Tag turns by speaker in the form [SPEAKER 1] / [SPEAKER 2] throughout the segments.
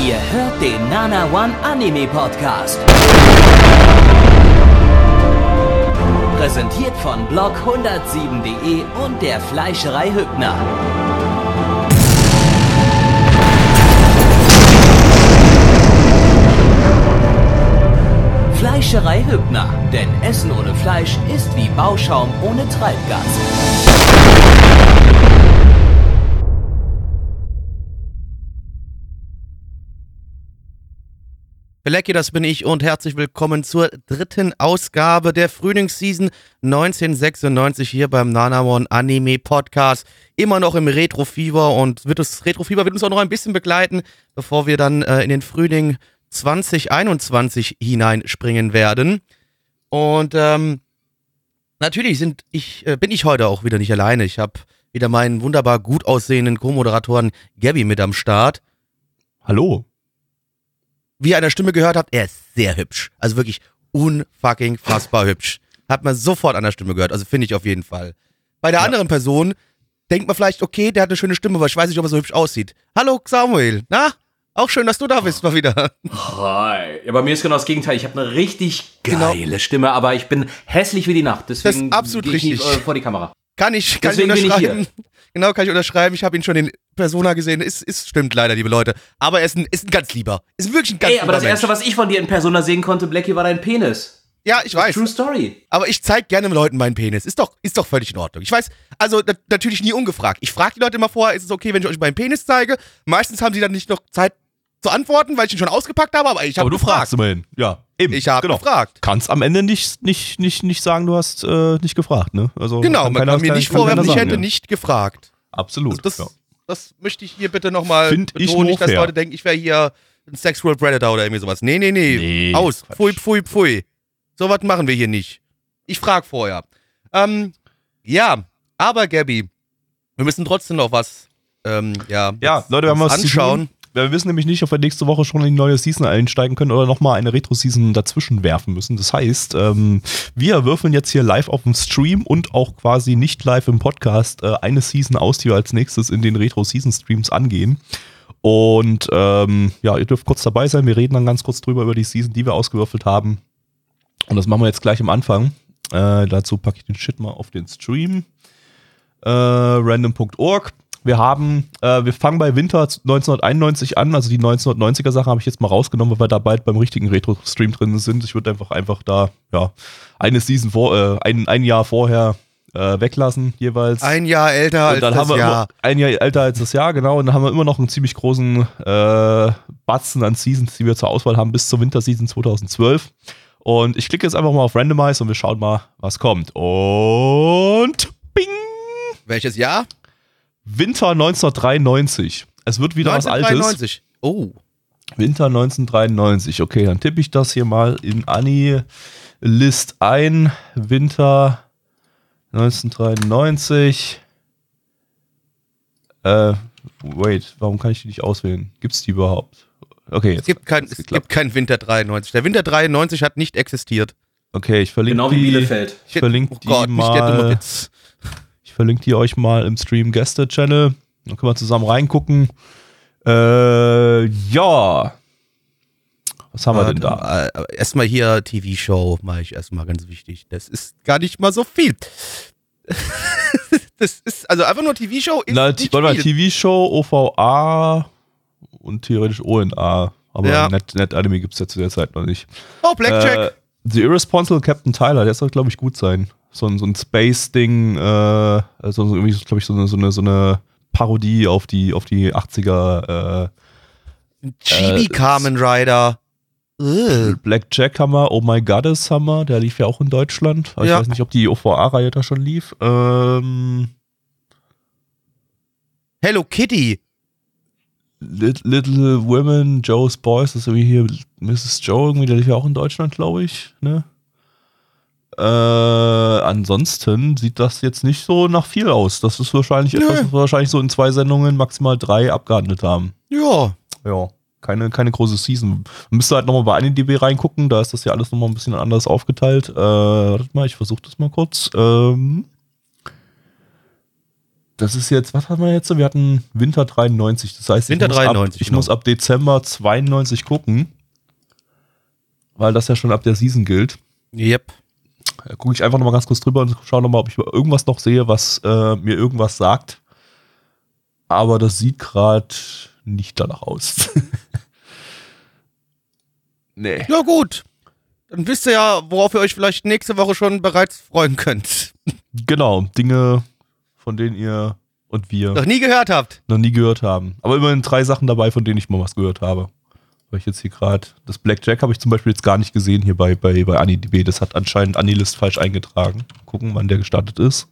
[SPEAKER 1] Ihr hört den Nana One Anime Podcast. Präsentiert von blog107.de und der Fleischerei Hübner. Fleischerei Hübner, denn Essen ohne Fleisch ist wie Bauschaum ohne Treibgas.
[SPEAKER 2] Belecki, das bin ich und herzlich willkommen zur dritten Ausgabe der Frühlingsseason 1996 hier beim Nana One Anime Podcast. Immer noch im Retro-Fieber und das Retro-Fieber wird uns auch noch ein bisschen begleiten, bevor wir dann in den Frühling 2021 hineinspringen werden. Und natürlich bin ich heute auch wieder nicht alleine. Ich habe wieder meinen wunderbar gut aussehenden Co-Moderatoren Gabby mit am Start.
[SPEAKER 3] Hallo.
[SPEAKER 2] Wie ihr an der Stimme gehört habt, er ist sehr hübsch. Also wirklich unfucking fassbar hübsch. Hat man sofort an der Stimme gehört. Also finde ich auf jeden Fall. Bei der anderen Person denkt man vielleicht, okay, der hat eine schöne Stimme, aber ich weiß nicht, ob er so hübsch aussieht. Hallo Samuel, na? Auch schön, dass du da bist mal wieder.
[SPEAKER 4] Hi. Ja, bei mir ist genau das Gegenteil. Ich habe eine richtig geile Stimme, aber ich bin hässlich wie die Nacht. Deswegen
[SPEAKER 2] das ist absolut richtig.
[SPEAKER 4] Vor die Kamera.
[SPEAKER 2] Kann ich unterschreiben. Genau, kann ich unterschreiben. Ich habe ihn schon in Persona gesehen. Stimmt leider, liebe Leute. Aber er ist ein ganz lieber. Ist wirklich ein ganz lieber
[SPEAKER 4] aber das
[SPEAKER 2] Mensch.
[SPEAKER 4] Erste, was ich von dir in Persona sehen konnte, Blackie, war dein Penis.
[SPEAKER 2] Ja, ich weiß.
[SPEAKER 4] True Story.
[SPEAKER 2] Aber ich zeig gerne Leuten meinen Penis. Ist doch völlig in Ordnung. Ich weiß, also natürlich nie ungefragt. Ich frage die Leute immer vorher, ist es okay, wenn ich euch meinen Penis zeige? Meistens haben sie dann nicht noch Zeit zu antworten, weil ich ihn schon ausgepackt habe, aber ich habe gefragt.
[SPEAKER 3] Aber du fragst immerhin. Ja, eben.
[SPEAKER 2] Ich habe gefragt.
[SPEAKER 3] Kannst am Ende nicht sagen, du hast nicht gefragt, ne? Also
[SPEAKER 2] genau, man kann mir nicht vorwerfen, ich hätte nicht gefragt.
[SPEAKER 3] Absolut.
[SPEAKER 2] Also das möchte ich hier bitte nochmal betonen, nicht, dass Leute denken, ich wäre hier ein Sexual Predator oder irgendwie sowas. Nee. Aus. Quatsch. Pfui. So was machen wir hier nicht. Ich frage vorher. Ja, aber Gabby, wir müssen trotzdem noch was
[SPEAKER 3] Leute, wir haben was anschauen. Wir wissen nämlich nicht, ob wir nächste Woche schon in die neue Season einsteigen können oder nochmal eine Retro-Season dazwischen werfen müssen. Das heißt, wir würfeln jetzt hier live auf dem Stream und auch quasi nicht live im Podcast eine Season aus, die wir als nächstes in den Retro-Season-Streams angehen. Und ihr dürft kurz dabei sein. Wir reden dann ganz kurz drüber über die Season, die wir ausgewürfelt haben. Und das machen wir jetzt gleich am Anfang. Dazu packe ich den Shit mal auf den Stream. Random.org. Wir fangen bei Winter 1991 an, also die 1990er Sache habe ich jetzt mal rausgenommen, weil wir da bald beim richtigen Retro-Stream drin sind. Ich würde einfach da, eine Season ein Jahr vorher weglassen, jeweils.
[SPEAKER 2] Ein Jahr älter als das Jahr.
[SPEAKER 3] Ein Jahr älter als das Jahr, genau. Und dann haben wir immer noch einen ziemlich großen Batzen an Seasons, die wir zur Auswahl haben, bis zur Winterseason 2012. Und ich klicke jetzt einfach mal auf Randomize und wir schauen mal, was kommt. Und bing!
[SPEAKER 2] Welches Jahr?
[SPEAKER 3] Winter 1993. Es wird wieder
[SPEAKER 2] 1993.
[SPEAKER 3] Was Altes. Oh. Winter 1993. Okay, dann tippe ich das hier mal in Anni-List ein. Winter 1993. Warum kann ich die nicht auswählen? Gibt es die überhaupt? Okay.
[SPEAKER 2] Es gibt keinen Winter 93. Der Winter 93 hat nicht existiert.
[SPEAKER 3] Okay, ich verlinke
[SPEAKER 4] genau wie Bielefeld.
[SPEAKER 3] Ich verlinke die mal. Ich verlinke die euch mal im Stream Gäste-Channel. Dann können wir zusammen reingucken. Was haben wir denn da?
[SPEAKER 2] Erstmal hier TV-Show, mache ich erstmal ganz wichtig. Das ist gar nicht mal so viel. Das ist, also einfach nur TV-Show ist nicht viel.
[SPEAKER 3] TV-Show, OVA und theoretisch ONA. Aber Net-Anime gibt es ja zu der Zeit noch nicht.
[SPEAKER 2] Oh, Blackjack.
[SPEAKER 3] The Irresponsible Captain Tyler, der soll, glaube ich, gut sein. So ein Space-Ding, irgendwie, glaube ich, so eine Parodie auf die 80er.
[SPEAKER 2] Chibi Kamen Rider.
[SPEAKER 3] Blackjack haben wir, Oh My Goddess haben wir, der lief ja auch in Deutschland. Aber ich weiß nicht, ob die OVA-Reihe da schon lief.
[SPEAKER 2] Hello Kitty.
[SPEAKER 3] Little Women, Joe's Boys, das ist irgendwie hier Mrs. Joe, irgendwie, der lief ja auch in Deutschland, glaube ich, ne? Ansonsten sieht das jetzt nicht so nach viel aus. Das ist wahrscheinlich etwas, was wir wahrscheinlich so in 2 Sendungen, maximal 3 abgehandelt haben.
[SPEAKER 2] Ja.
[SPEAKER 3] Keine große Season. Man müsste halt nochmal bei AniDB reingucken, da ist das ja alles nochmal ein bisschen anders aufgeteilt. Wartet mal, ich versuche das mal kurz. Das ist jetzt, was haben wir jetzt? Wir hatten Winter 93. Das heißt, ich muss ab Dezember 92 gucken. Weil das ja schon ab der Season gilt.
[SPEAKER 2] Yep.
[SPEAKER 3] Da gucke ich einfach nochmal ganz kurz drüber und schaue nochmal, ob ich irgendwas noch sehe, was mir irgendwas sagt. Aber das sieht gerade nicht danach aus. Nee.
[SPEAKER 2] Ja gut. Dann wisst ihr ja, worauf ihr euch vielleicht nächste Woche schon bereits freuen könnt.
[SPEAKER 3] Genau, Dinge, von denen ihr und wir
[SPEAKER 2] noch nie gehört
[SPEAKER 3] haben. Aber immerhin 3 Sachen dabei, von denen ich mal was gehört habe. Weil ich jetzt hier gerade, das Blackjack habe ich zum Beispiel jetzt gar nicht gesehen hier bei AniDB. Das hat anscheinend Anilist falsch eingetragen. Gucken, wann der gestartet ist.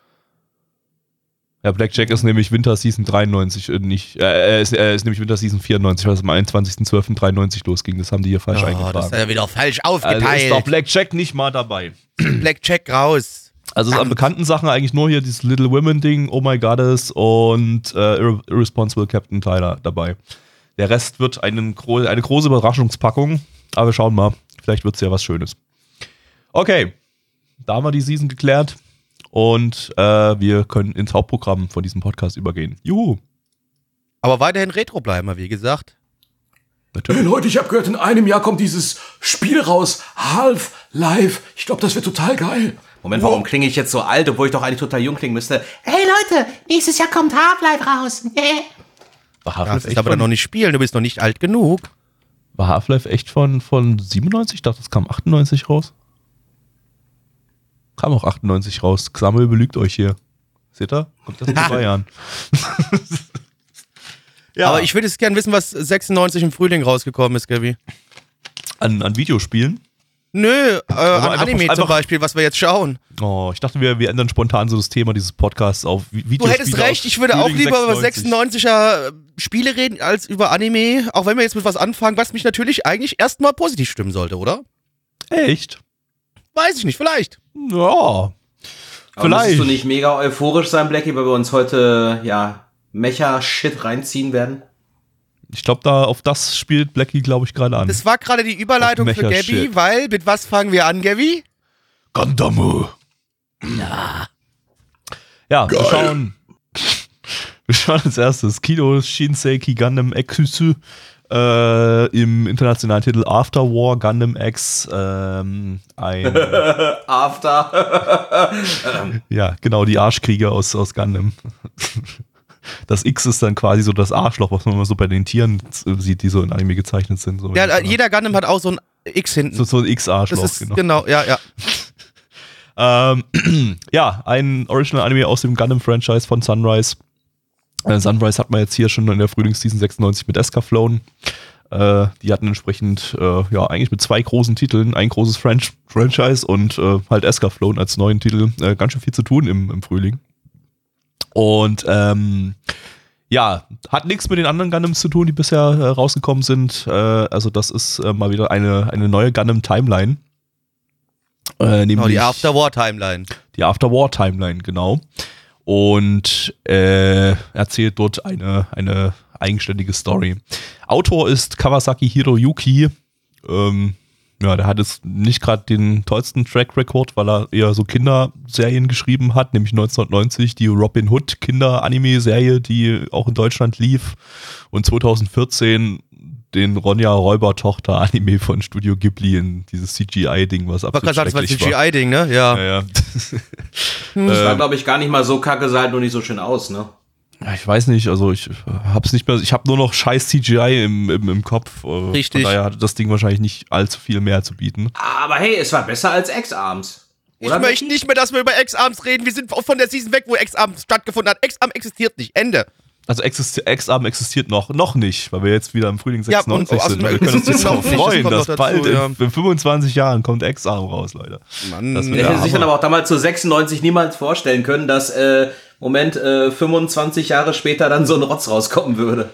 [SPEAKER 3] Ja, Blackjack ist nämlich Winter Season 93, ist nämlich Winter Season 94, weil es am 21.12.93 losging. Das haben die hier falsch eingetragen.
[SPEAKER 2] Das ist ja wieder falsch aufgeteilt.
[SPEAKER 3] Also ist doch Blackjack nicht mal dabei.
[SPEAKER 2] Blackjack raus.
[SPEAKER 3] Also es ist an bekannten Sachen eigentlich nur hier dieses Little Women Ding, Oh My Goddess und Irresponsible Captain Tyler dabei. Der Rest wird eine große Überraschungspackung, aber wir schauen mal, vielleicht wird es ja was Schönes. Okay, da haben wir die Season geklärt und wir können ins Hauptprogramm von diesem Podcast übergehen. Juhu!
[SPEAKER 2] Aber weiterhin Retro bleiben, wie gesagt.
[SPEAKER 4] Hey Leute, ich habe gehört, in einem Jahr kommt dieses Spiel raus, Half-Life. Ich glaube, das wird total geil. Moment, warum klinge ich jetzt so alt, obwohl ich doch eigentlich total jung klingen müsste?
[SPEAKER 5] Hey Leute, nächstes Jahr kommt Half-Life raus.
[SPEAKER 2] Das ist aber noch nicht spielen, du bist noch nicht alt genug.
[SPEAKER 3] War Half-Life echt von 97? Ich dachte, das kam 98 raus. Kam auch 98 raus. Xamel belügt euch hier. Seht ihr? Kommt das in 2 Jahren.
[SPEAKER 2] Ja. Aber ich würde jetzt gerne wissen, was 96 im Frühling rausgekommen ist, Gabi.
[SPEAKER 3] An Videospielen?
[SPEAKER 2] Nö, an Anime zum Beispiel, was wir jetzt schauen.
[SPEAKER 3] Oh, ich dachte, wir ändern spontan so das Thema dieses Podcasts auf Videospiele.
[SPEAKER 2] Du hättest recht, ich würde auch lieber über 96er Spiele reden, als über Anime. Auch wenn wir jetzt mit was anfangen, was mich natürlich eigentlich erstmal positiv stimmen sollte, oder?
[SPEAKER 3] Echt?
[SPEAKER 2] Weiß ich nicht, vielleicht.
[SPEAKER 3] Ja,
[SPEAKER 4] aber
[SPEAKER 3] vielleicht.
[SPEAKER 4] Müsstest du nicht mega euphorisch sein, Blackie, weil wir uns heute, Mecha-Shit reinziehen werden?
[SPEAKER 3] Ich glaube, auf das spielt Blackie, glaube ich, gerade an.
[SPEAKER 2] Das war gerade die Überleitung für Gabi, weil mit was fangen wir an, Gabi?
[SPEAKER 3] Gundam. Ja, wir schauen als erstes Kino Shinseki Gundam Exusu im internationalen Titel After War Gundam X.
[SPEAKER 4] After.
[SPEAKER 3] Ja, genau, die Arschkrieger aus Gundam. Das X ist dann quasi so das Arschloch, was man immer so bei den Tieren sieht, die so in Anime gezeichnet sind. So
[SPEAKER 2] ja, jeder Gundam hat auch so ein X hinten.
[SPEAKER 3] So ein X-Arschloch,
[SPEAKER 2] das ist, genau. Ja.
[SPEAKER 3] Ja, ein Original-Anime aus dem Gundam-Franchise von Sunrise. Sunrise hat man jetzt hier schon in der Frühlingsseason 96 mit Escaflowne. Die hatten entsprechend, eigentlich mit 2 großen Titeln, ein großes Franchise und halt Escaflowne als neuen Titel, ganz schön viel zu tun im Frühling. Und hat nichts mit den anderen Gundams zu tun, die bisher rausgekommen sind. Also das ist mal wieder eine neue Gundam-Timeline. Nämlich
[SPEAKER 2] die After-War-Timeline.
[SPEAKER 3] Die After-War-Timeline, genau. Und erzählt dort eine eigenständige Story. Autor ist Kawasaki Hiroyuki. Der hat jetzt nicht gerade den tollsten Track-Record, weil er eher so Kinderserien geschrieben hat, nämlich 1990 die Robin Hood Kinder-Anime-Serie, die auch in Deutschland lief, und 2014 den Ronja Räubertochter-Anime von Studio Ghibli in dieses CGI-Ding, was absolut schrecklich war.
[SPEAKER 2] Das war ein CGI-Ding, ne? Ja.
[SPEAKER 4] Das war, glaube ich, gar nicht mal so kacke, sah halt nur nicht so schön aus, ne?
[SPEAKER 3] Ich weiß nicht, also ich hab's nicht mehr, ich habe nur noch scheiß CGI im Kopf.
[SPEAKER 2] Richtig.
[SPEAKER 3] Von daher hatte das Ding wahrscheinlich nicht allzu viel mehr zu bieten.
[SPEAKER 4] Aber hey, es war besser als X-Arms.
[SPEAKER 2] Ich möchte nicht mehr, dass wir über X-Arms reden. Wir sind von der Season weg, wo X-Arms stattgefunden hat. X-Arm existiert nicht. Ende.
[SPEAKER 3] Also X-Arm existiert noch nicht, weil wir jetzt wieder im Frühling 96 sind. Wir können uns jetzt darauf freuen, dass bald in 25 Jahren kommt X-Arm raus, Leute.
[SPEAKER 4] Mann. Ich hätte sich dann aber auch damals zu 96 niemals vorstellen können, dass 25 Jahre später dann so ein Rotz rauskommen würde.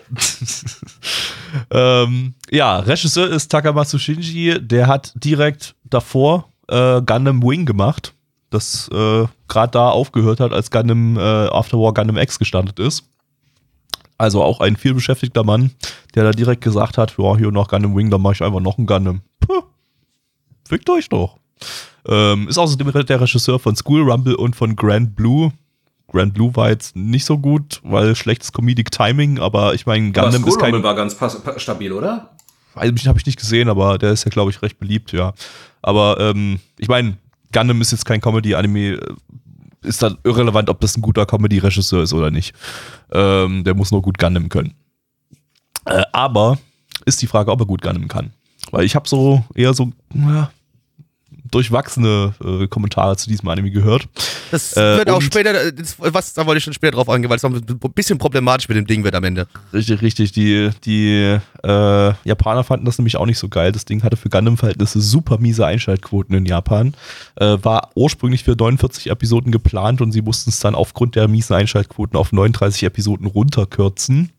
[SPEAKER 3] Regisseur ist Takamatsu Shinji, der hat direkt davor Gundam Wing gemacht, das gerade da aufgehört hat, als Gundam After War Gundam X gestartet ist. Also auch ein vielbeschäftigter Mann, der da direkt gesagt hat, ja, hier noch Gundam Wing, dann mache ich einfach noch einen Gundam. Puh, fickt euch doch. Ist außerdem der Regisseur von School Rumble und von Grand Blue. Grand Blue war jetzt nicht so gut, weil schlechtes Comedic Timing, aber ich meine, Gundam ist kein...
[SPEAKER 4] war ganz stabil, oder?
[SPEAKER 3] Habe ich nicht gesehen, aber der ist ja, glaube ich, recht beliebt, ja. Aber ich meine, Gundam ist jetzt kein Comedy-Anime, ist dann irrelevant, ob das ein guter Comedy-Regisseur ist oder nicht. Der muss nur gut Gundam können. Aber ist die Frage, ob er gut Gundam kann. Weil ich habe so eher so durchwachsene Kommentare zu diesem Anime gehört.
[SPEAKER 2] Das wird auch später, da wollte ich schon später drauf angehen, weil es noch ein bisschen problematisch mit dem Ding wird am Ende.
[SPEAKER 3] Richtig. Die Japaner fanden das nämlich auch nicht so geil. Das Ding hatte für Gundam-Verhältnisse super miese Einschaltquoten in Japan. War ursprünglich für 49 Episoden geplant und sie mussten es dann aufgrund der miesen Einschaltquoten auf 39 Episoden runterkürzen.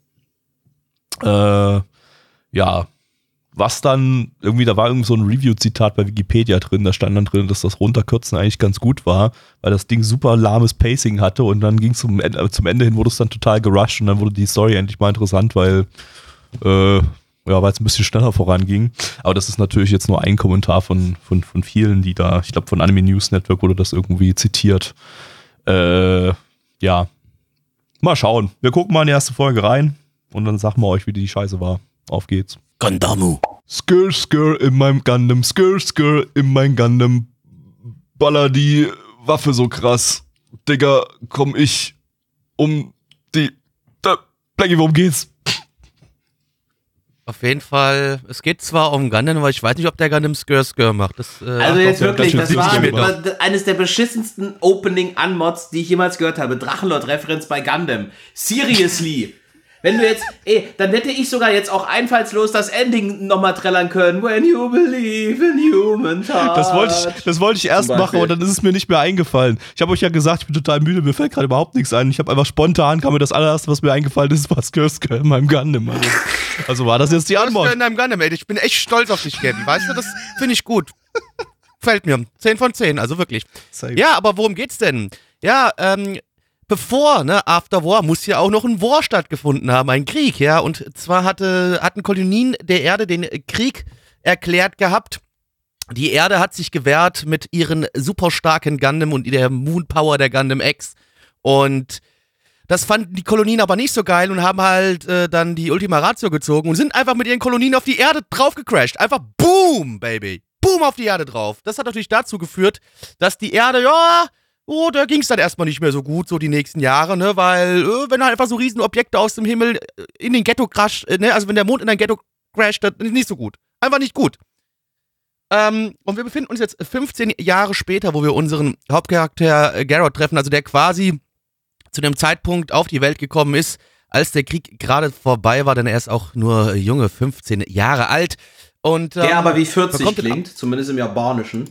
[SPEAKER 3] Was dann irgendwie, da war irgendwie so ein Review-Zitat bei Wikipedia drin, da stand dann drin, dass das Runterkürzen eigentlich ganz gut war, weil das Ding super lahmes Pacing hatte und dann ging es zum Ende hin, wurde es dann total gerusht und dann wurde die Story endlich mal interessant, weil es ein bisschen schneller voranging. Aber das ist natürlich jetzt nur ein Kommentar von vielen, die da, ich glaube von Anime News Network wurde das irgendwie zitiert. Mal schauen. Wir gucken mal in die erste Folge rein und dann sagen wir euch, wie die Scheiße war. Auf geht's.
[SPEAKER 2] Gandamu.
[SPEAKER 3] Skr, skr in meinem Gundam, skr, skr in meinem Gundam. Baller die Waffe so krass. Digga, komm ich um die... Blackie, worum geht's?
[SPEAKER 2] Auf jeden Fall, es geht zwar um Gundam, aber ich weiß nicht, ob der Gundam Skr Skr macht.
[SPEAKER 6] Also jetzt wirklich, das war eines der beschissensten Opening-Unmods, die ich jemals gehört habe. Drachenlord-Referenz bei Gundam. Seriously. Wenn du jetzt, dann hätte ich sogar jetzt auch einfallslos das Ending nochmal trällern können. When you believe in human touch.
[SPEAKER 3] Das wollte ich erst machen, aber dann ist es mir nicht mehr eingefallen. Ich habe euch ja gesagt, ich bin total müde, mir fällt gerade überhaupt nichts ein. Ich habe einfach spontan, kam mir das allererste, was mir eingefallen ist, war Skr Skr in meinem Gundam. Also war das jetzt die Antwort.
[SPEAKER 2] In deinem Gundam, ey. Ich bin echt stolz auf dich, Gabby. Weißt du, das finde ich gut. Gefällt mir. 10 von 10, also wirklich.
[SPEAKER 3] Safe.
[SPEAKER 2] Ja, aber worum geht's denn? Ja, bevor, After War, muss ja auch noch ein War stattgefunden haben, ein Krieg, ja, und zwar hatten Kolonien der Erde den Krieg erklärt gehabt. Die Erde hat sich gewehrt mit ihren super starken Gundam und der Moonpower der Gundam X und das fanden die Kolonien aber nicht so geil und haben halt dann die Ultima Ratio gezogen und sind einfach mit ihren Kolonien auf die Erde drauf gecrashed. Einfach boom, Baby. Boom auf die Erde drauf. Das hat natürlich dazu geführt, dass die Erde, da ging es dann erstmal nicht mehr so gut, so die nächsten Jahre, weil wenn halt einfach so Riesenobjekte aus dem Himmel in den Ghetto crasht, also wenn der Mond in ein Ghetto crasht, dann ist nicht so gut. Einfach nicht gut. Und wir befinden uns jetzt 15 Jahre später, wo wir unseren Hauptcharakter Garrod treffen, also der quasi zu dem Zeitpunkt auf die Welt gekommen ist, als der Krieg gerade vorbei war, denn er ist auch nur junge 15 Jahre alt. Und,
[SPEAKER 6] der aber wie 40 klingt, zumindest im Japanischen.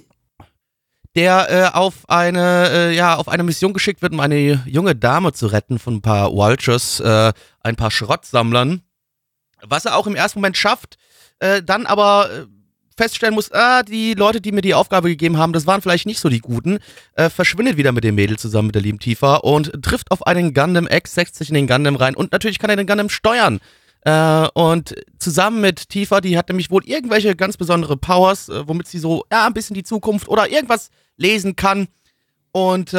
[SPEAKER 2] Der auf eine Mission geschickt wird, um eine junge Dame zu retten von ein paar Vultures, ein paar Schrottsammlern. Was er auch im ersten Moment schafft, dann aber feststellen muss, die Leute, die mir die Aufgabe gegeben haben, das waren vielleicht nicht so die Guten, verschwindet wieder mit dem Mädel zusammen mit der lieben Tifa und trifft auf einen Gundam X, setzt sich in den Gundam rein und natürlich kann er den Gundam steuern. Und zusammen mit Tifa, die hat nämlich wohl irgendwelche ganz besondere Powers, womit sie so ein bisschen die Zukunft oder irgendwas lesen kann. Und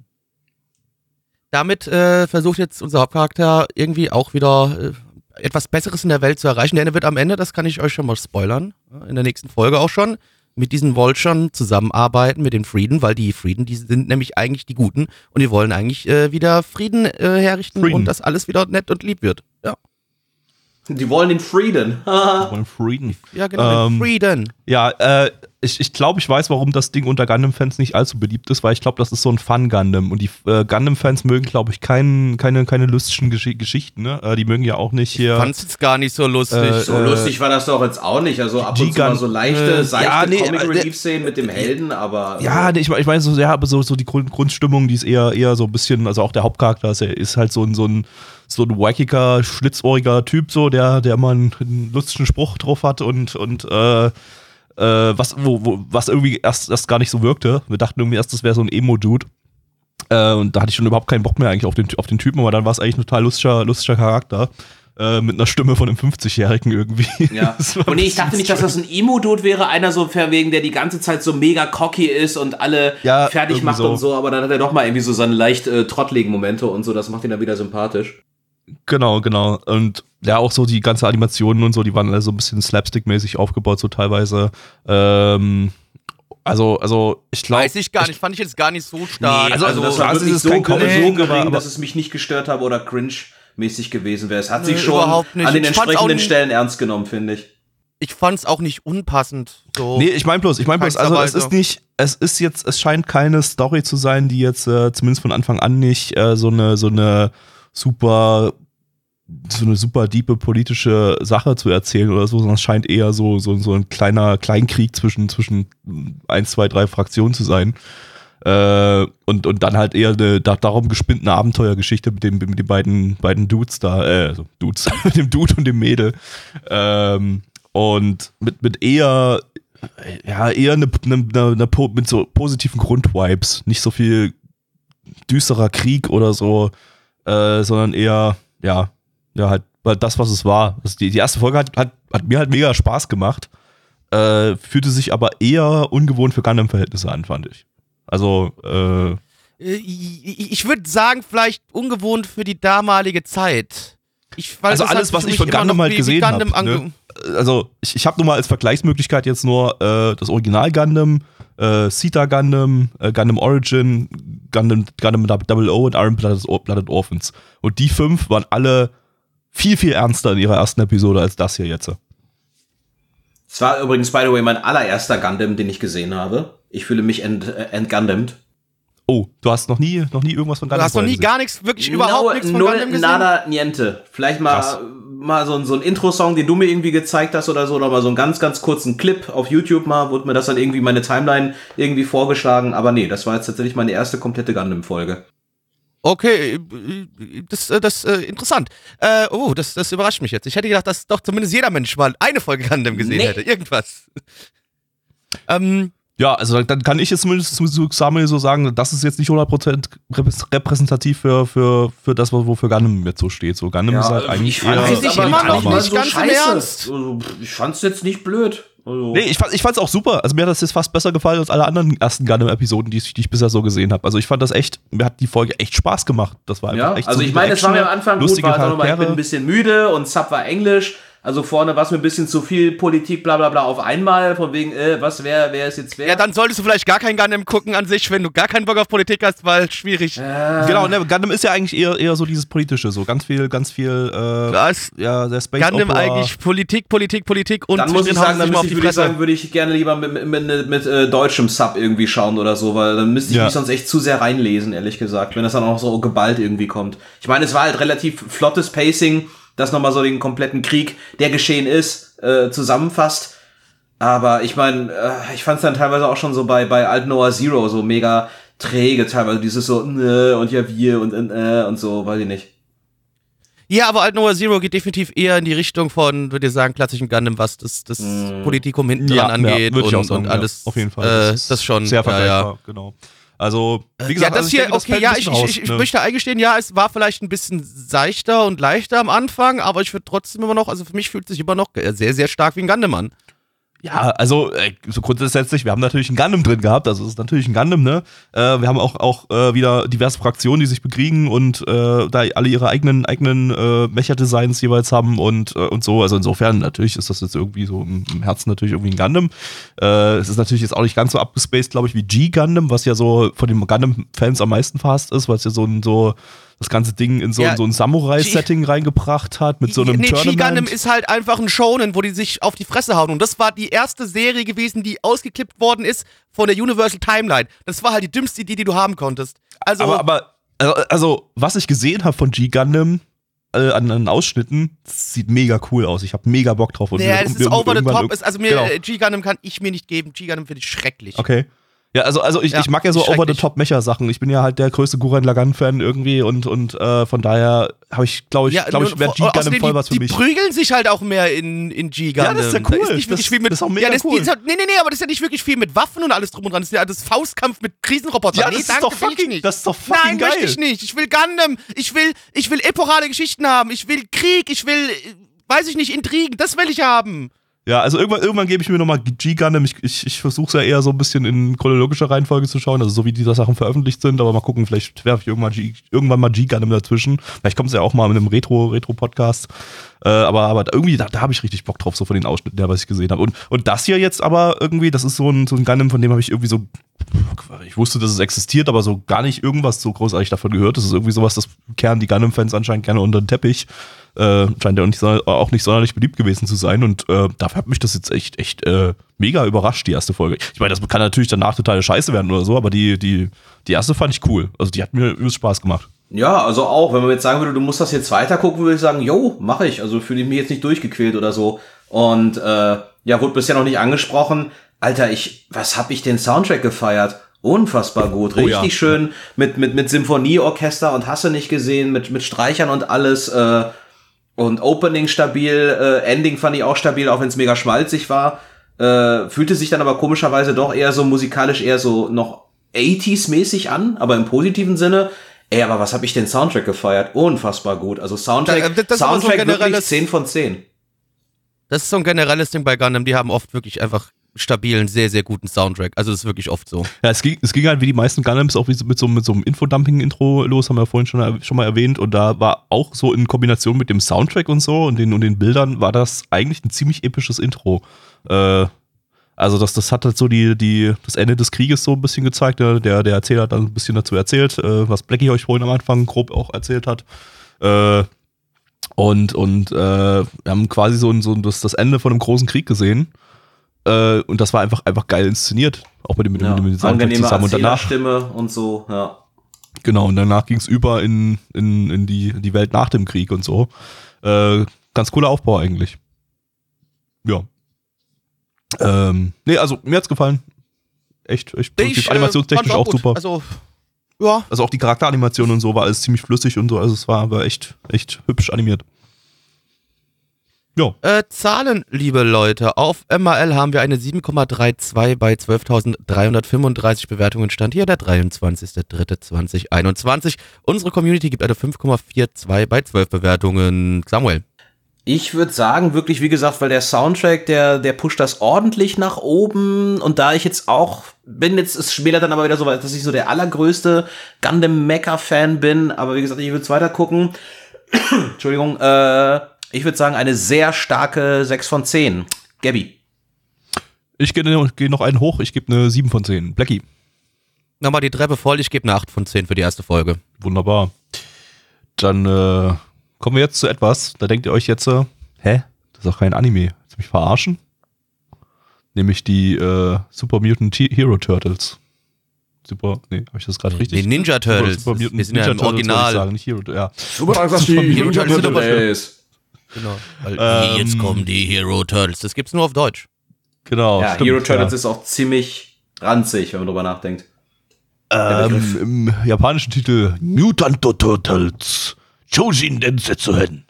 [SPEAKER 2] damit versucht jetzt unser Hauptcharakter irgendwie auch wieder etwas Besseres in der Welt zu erreichen. Denn er wird am Ende, das kann ich euch schon mal spoilern, in der nächsten Folge auch schon, mit diesen Vulturen zusammenarbeiten, mit den Frieden, weil die Frieden, die sind nämlich eigentlich die Guten und die wollen eigentlich wieder Frieden herrichten und dass alles wieder nett und lieb wird. Ja.
[SPEAKER 6] Die wollen den Frieden.
[SPEAKER 3] Die wollen Frieden.
[SPEAKER 2] Ja, genau, den Frieden.
[SPEAKER 3] Ja, ich glaube, ich weiß, warum das Ding unter Gundam-Fans nicht allzu beliebt ist, weil ich glaube, das ist so ein Fun-Gundam. Und die Gundam-Fans mögen, glaube ich, keine lustigen Geschichten. Ne? Die mögen ja auch nicht hier.
[SPEAKER 2] Ich fand's jetzt gar nicht so lustig.
[SPEAKER 6] So lustig war das doch jetzt auch nicht. Also ab und zu mal so leichte Comic-Relief-Szenen mit dem Helden, aber.
[SPEAKER 3] Ja, ich meine, so die Grundstimmung, die ist eher so ein bisschen, also auch der Hauptcharakter ist halt so ein wackiger, schlitzohriger Typ, so, der mal einen lustigen Spruch drauf hat und was irgendwie erst gar nicht so wirkte. Wir dachten irgendwie erst, das wäre so ein Emo-Dude. Und da hatte ich schon überhaupt keinen Bock mehr eigentlich auf den Typen, aber dann war es eigentlich ein total lustiger Charakter. mit einer Stimme von einem 50-Jährigen irgendwie.
[SPEAKER 6] Ja. Und ich dachte nicht, dass das ein Emo-Dude wäre, einer so wegen, der die ganze Zeit so mega cocky ist und alle fertig macht und so, aber dann hat er doch mal irgendwie so seine leicht trottligen Momente und so, das macht ihn dann wieder sympathisch.
[SPEAKER 3] Genau. Und ja, auch so die ganze Animationen und so, die waren alle so ein bisschen slapstick-mäßig aufgebaut, so teilweise. Also ich glaube.
[SPEAKER 2] Weiß ich gar nicht, fand ich jetzt gar nicht so stark.
[SPEAKER 6] Nee, also das war wirklich so gering, dass es mich nicht gestört habe oder cringe-mäßig gewesen wäre. Es hat sich schon an den entsprechenden Stellen ernst genommen, finde ich.
[SPEAKER 2] Ich fand's auch nicht unpassend. So.
[SPEAKER 3] Nee, ich meine bloß, also es scheint keine Story zu sein, die jetzt zumindest von Anfang an nicht so eine super diepe politische Sache zu erzählen oder so, sondern es scheint eher so ein Kleinkrieg zwischen 1, 2, 3 Fraktionen zu sein. Und dann halt eher eine darum gespinnte Abenteuergeschichte mit den beiden Dudes da, Dudes, mit dem Dude und dem Mädel. Und mit eher mit so positiven Grundvibes, nicht so viel düsterer Krieg oder so, sondern eher, halt das, was es war. Also die erste Folge hat mir halt mega Spaß gemacht, fühlte sich aber eher ungewohnt für Gundam-Verhältnisse an, fand ich. Also,
[SPEAKER 2] ich würde sagen, vielleicht ungewohnt für die damalige Zeit.
[SPEAKER 3] Also alles, was ich von Gundam halt gesehen habe. Ne? Also ich habe nur mal als Vergleichsmöglichkeit jetzt nur das Original Gundam, Sita Gundam, Gundam Origin, Gundam 00 und Iron Blooded Orphans. Und die 5 waren alle viel, viel ernster in ihrer ersten Episode als das hier jetzt.
[SPEAKER 6] Es war übrigens, by the way, mein allererster Gundam, den ich gesehen habe. Ich fühle mich entgundammt.
[SPEAKER 3] Oh, du hast noch nie irgendwas von Gundam gesehen? Du hast
[SPEAKER 2] noch nie gar nichts, wirklich überhaupt nichts von Gundam gesehen?
[SPEAKER 6] Nada, niente. Vielleicht mal so ein Intro-Song, den du mir irgendwie gezeigt hast oder so, oder mal so einen ganz, ganz kurzen Clip auf YouTube mal, wurde mir das dann irgendwie meine Timeline irgendwie vorgeschlagen, aber nee, das war jetzt tatsächlich meine erste komplette Gundam-Folge.
[SPEAKER 2] Okay, das interessant. Das überrascht mich jetzt. Ich hätte gedacht, dass doch zumindest jeder Mensch mal eine Folge Gundam gesehen hätte. Irgendwas.
[SPEAKER 3] Ja, also dann kann ich jetzt zumindest zu Samuel so sagen, das ist jetzt nicht 100% repräsentativ für das, wofür Gundam jetzt so steht. So Gundam ist halt eigentlich
[SPEAKER 6] ich fand's jetzt nicht blöd.
[SPEAKER 3] Also. Nee, ich fand's auch super. Also mir hat das jetzt fast besser gefallen als alle anderen ersten Gundam-Episoden, die ich bisher so gesehen habe. Also ich fand das echt, mir hat die Folge echt Spaß gemacht. Das war einfach echt
[SPEAKER 6] also
[SPEAKER 3] so
[SPEAKER 6] ich meine, es war mir am Anfang gut, ich bin ein bisschen müde und Sub war Englisch. Also vorne war es mir ein bisschen zu viel Politik, bla bla bla auf einmal, von wegen, wer ist jetzt wer?
[SPEAKER 2] Ja, dann solltest du vielleicht gar kein Gundam gucken an sich, wenn du gar keinen Bock auf Politik hast, weil schwierig.
[SPEAKER 3] Genau, ne, Gundam ist ja eigentlich eher so dieses Politische, so ganz viel, der Space
[SPEAKER 2] Gundam
[SPEAKER 3] Opera.
[SPEAKER 2] eigentlich Politik und
[SPEAKER 6] dann muss ich sagen, würde ich gerne lieber mit deutschem Sub irgendwie schauen oder so, weil dann müsste ich mich sonst echt zu sehr reinlesen, ehrlich gesagt, wenn das dann auch so geballt irgendwie kommt. Ich meine, es war halt relativ flottes Pacing, das nochmal so den kompletten Krieg, der geschehen ist, zusammenfasst. Aber ich meine, ich fand es dann teilweise auch schon so bei Alt Noah Zero so mega träge teilweise, dieses so und ja wir und so, weiß ich nicht.
[SPEAKER 2] Ja, aber Alt Noah Zero geht definitiv eher in die Richtung von, würde ich sagen, klassischen Gundam, was das Politikum hinten dran angeht und alles.
[SPEAKER 3] Auf jeden Fall.
[SPEAKER 2] Das schon.
[SPEAKER 3] Sehr vergleichbar, genau. Also, wie gesagt,
[SPEAKER 2] ich möchte eingestehen, es war vielleicht ein bisschen seichter und leichter am Anfang, aber ich würde trotzdem immer noch, also für mich fühlt es sich immer noch sehr, sehr stark wie ein Gundam an.
[SPEAKER 3] Ja, also so grundsätzlich, wir haben natürlich einen Gundam drin gehabt, also es ist natürlich ein Gundam, ne? Wir haben auch wieder diverse Fraktionen, die sich bekriegen und da alle ihre eigenen Mecha-Designs jeweils haben und so. Also insofern natürlich ist das jetzt irgendwie so im Herzen natürlich irgendwie ein Gundam. Es ist natürlich jetzt auch nicht ganz so abgespaced, glaube ich, wie G-Gundam, was ja so von den Gundam-Fans am meisten fast ist, weil es ja so das ganze Ding in so ein Samurai-Setting reingebracht hat, mit so einem Tournament.
[SPEAKER 2] G-Gundam ist halt einfach ein Shonen, wo die sich auf die Fresse hauen. Und das war die erste Serie gewesen, die ausgeklippt worden ist von der Universal Timeline. Das war halt die dümmste Idee, die du haben konntest.
[SPEAKER 3] Also was ich gesehen habe von G-Gundam an Ausschnitten, sieht mega cool aus. Ich habe mega Bock drauf.
[SPEAKER 2] Das ist over the top. G-Gundam kann ich mir nicht geben. G-Gundam finde ich schrecklich.
[SPEAKER 3] Okay. Ja, also ich mag ja so Over-the-Top-Mecha-Sachen. Ich bin ja halt der größte Gurren Lagann-Fan irgendwie und von daher habe ich, glaube ich, wäre G-Gundam voll was für mich.
[SPEAKER 2] Die prügeln sich halt auch mehr in G-Gundam.
[SPEAKER 3] Ja, das ist ja cool.
[SPEAKER 2] Da ist nicht wirklich viel mit,
[SPEAKER 3] das ist auch mega cool.
[SPEAKER 2] Nee, aber das ist ja nicht wirklich viel mit Waffen und alles drum und dran. Das ist ja das Faustkampf mit Krisenrobotern.
[SPEAKER 3] Ja, das ist doch fucking
[SPEAKER 2] Nein,
[SPEAKER 3] geil.
[SPEAKER 2] möchte ich nicht. Ich will Gundam. Ich will epochale Geschichten haben. Ich will Krieg. Ich will, weiß ich nicht, Intrigen. Das will ich haben.
[SPEAKER 3] Ja, also irgendwann gebe ich mir nochmal G-Gundam. Ich versuche es ja eher so ein bisschen in chronologischer Reihenfolge zu schauen, also so wie diese Sachen veröffentlicht sind, aber mal gucken, vielleicht werfe ich irgendwann mal G-Gundam dazwischen. Vielleicht kommt es ja auch mal mit einem Retro-Podcast. Aber irgendwie, da habe ich richtig Bock drauf, so von den Ausschnitten her, was ich gesehen habe. Und das hier jetzt aber irgendwie, das ist so ein Gundam, von dem habe ich irgendwie so, ich wusste, dass es existiert, aber so gar nicht irgendwas so großartig davon gehört. Das ist irgendwie sowas, das kehren die Gundam-Fans anscheinend gerne unter den Teppich. Scheint ja auch nicht sonderlich beliebt gewesen zu sein und dafür hat mich das jetzt echt mega überrascht, die erste Folge. Ich meine, das kann natürlich danach totale Scheiße werden oder so, aber die erste fand ich cool. Also die hat mir übelst Spaß gemacht.
[SPEAKER 6] Ja, also auch, wenn man jetzt sagen würde, du musst das jetzt weiter gucken, würde ich sagen, jo, mache ich. Also fühle ich mich jetzt nicht durchgequält oder so. Und wurde bisher noch nicht angesprochen. Alter, was hab ich den Soundtrack gefeiert? Unfassbar gut, richtig schön mit Symphonieorchester und hast du nicht gesehen, mit Streichern und alles. Und Opening stabil, Ending fand ich auch stabil, auch wenn es mega schmalzig war. Fühlte sich dann aber komischerweise doch eher so musikalisch eher so noch 80s-mäßig an, aber im positiven Sinne. Ey, aber was hab ich den Soundtrack gefeiert? Unfassbar gut. Also Soundtrack wirklich 10 von 10.
[SPEAKER 2] Das ist so ein generelles Ding bei Gundam, die haben oft wirklich einfach stabilen, sehr, sehr guten Soundtrack. Also das ist wirklich oft so.
[SPEAKER 3] Ja, es ging halt wie die meisten Gundams auch mit so einem Infodumping-Intro los, haben wir vorhin schon mal erwähnt. Und da war auch so in Kombination mit dem Soundtrack und so und den Bildern war das eigentlich ein ziemlich episches Intro. Also das hat halt so das Ende des Krieges so ein bisschen gezeigt. Der Erzähler hat dann ein bisschen dazu erzählt, was Blackie euch vorhin am Anfang grob auch erzählt hat. Und wir haben quasi so das Ende von einem großen Krieg gesehen. Und das war einfach geil inszeniert, auch mit dem
[SPEAKER 6] Soundtrack zusammen. Und danach Stimme und so, ja.
[SPEAKER 3] Genau, und danach ging es über in die Welt nach dem Krieg und so. Ganz cooler Aufbau eigentlich. Ja. Also mir hat's gefallen. Echt positiv. Animationstechnisch auch super. Also auch die Charakteranimation und so war alles ziemlich flüssig und so, also es war echt hübsch animiert. Jo.
[SPEAKER 2] Zahlen, liebe Leute. Auf MRL haben wir eine 7,32 bei 12.335 Bewertungen. Stand hier der 23.03.2021. Unsere Community gibt eine 5,42 bei 12 Bewertungen. Samuel.
[SPEAKER 6] Ich würde sagen, wirklich, wie gesagt, weil der Soundtrack, der pusht das ordentlich nach oben. Und da ich jetzt auch ist es später dann aber wieder so weit, dass ich so der allergrößte Gundam-Mecha-Fan bin. Aber wie gesagt, ich würde es weiter gucken. Entschuldigung, ich würde sagen, eine sehr starke 6 von 10. Gabby.
[SPEAKER 3] Ich gehe noch einen hoch, ich gebe eine 7 von 10. Blackie.
[SPEAKER 2] Nochmal die Treppe voll, ich gebe eine 8 von 10 für die erste Folge.
[SPEAKER 3] Wunderbar. Dann kommen wir jetzt zu etwas, da denkt ihr euch jetzt, das ist doch kein Anime. Willst du mich verarschen? Nämlich die Super Mutant Hero Turtles. Habe ich das gerade richtig?
[SPEAKER 2] Die Ninja Turtles.
[SPEAKER 3] Super Mutant
[SPEAKER 2] wir sind ja im Original.
[SPEAKER 3] Sagen, nicht Hero, ja.
[SPEAKER 4] Super, dass die Hero Turtles.
[SPEAKER 2] Genau. Weil jetzt kommen die Hero Turtles. Das gibt's nur auf Deutsch.
[SPEAKER 3] Genau.
[SPEAKER 6] Ja, stimmt, Hero Turtles ist auch ziemlich ranzig, wenn man drüber nachdenkt.
[SPEAKER 3] Im japanischen Titel Mutant Turtles Chojin Densetsuhen.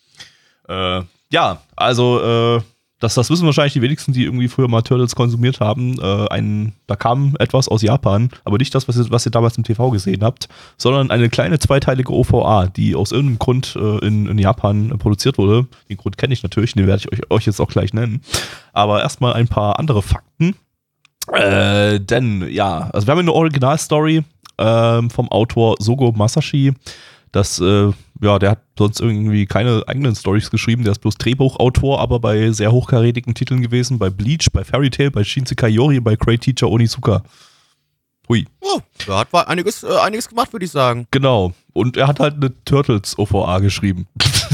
[SPEAKER 3] Also das wissen wahrscheinlich die wenigsten, die irgendwie früher mal Turtles konsumiert haben. Da kam etwas aus Japan, aber nicht das, was ihr damals im TV gesehen habt, sondern eine kleine zweiteilige OVA, die aus irgendeinem Grund in Japan produziert wurde. Den Grund kenne ich natürlich, den werde ich euch jetzt auch gleich nennen. Aber erstmal ein paar andere Fakten. Denn, ja, also wir haben eine Originalstory vom Autor Sogo Masashi. Der hat sonst irgendwie keine eigenen Storys geschrieben, der ist bloß Drehbuchautor, aber bei sehr hochkarätigen Titeln gewesen, bei Bleach, bei Fairy Tail, bei Shinsekai Yori, bei Great Teacher Onizuka. Hui.
[SPEAKER 2] Oh, da hat einiges gemacht, würde ich sagen.
[SPEAKER 3] Genau. Und er hat halt eine Turtles OVA geschrieben.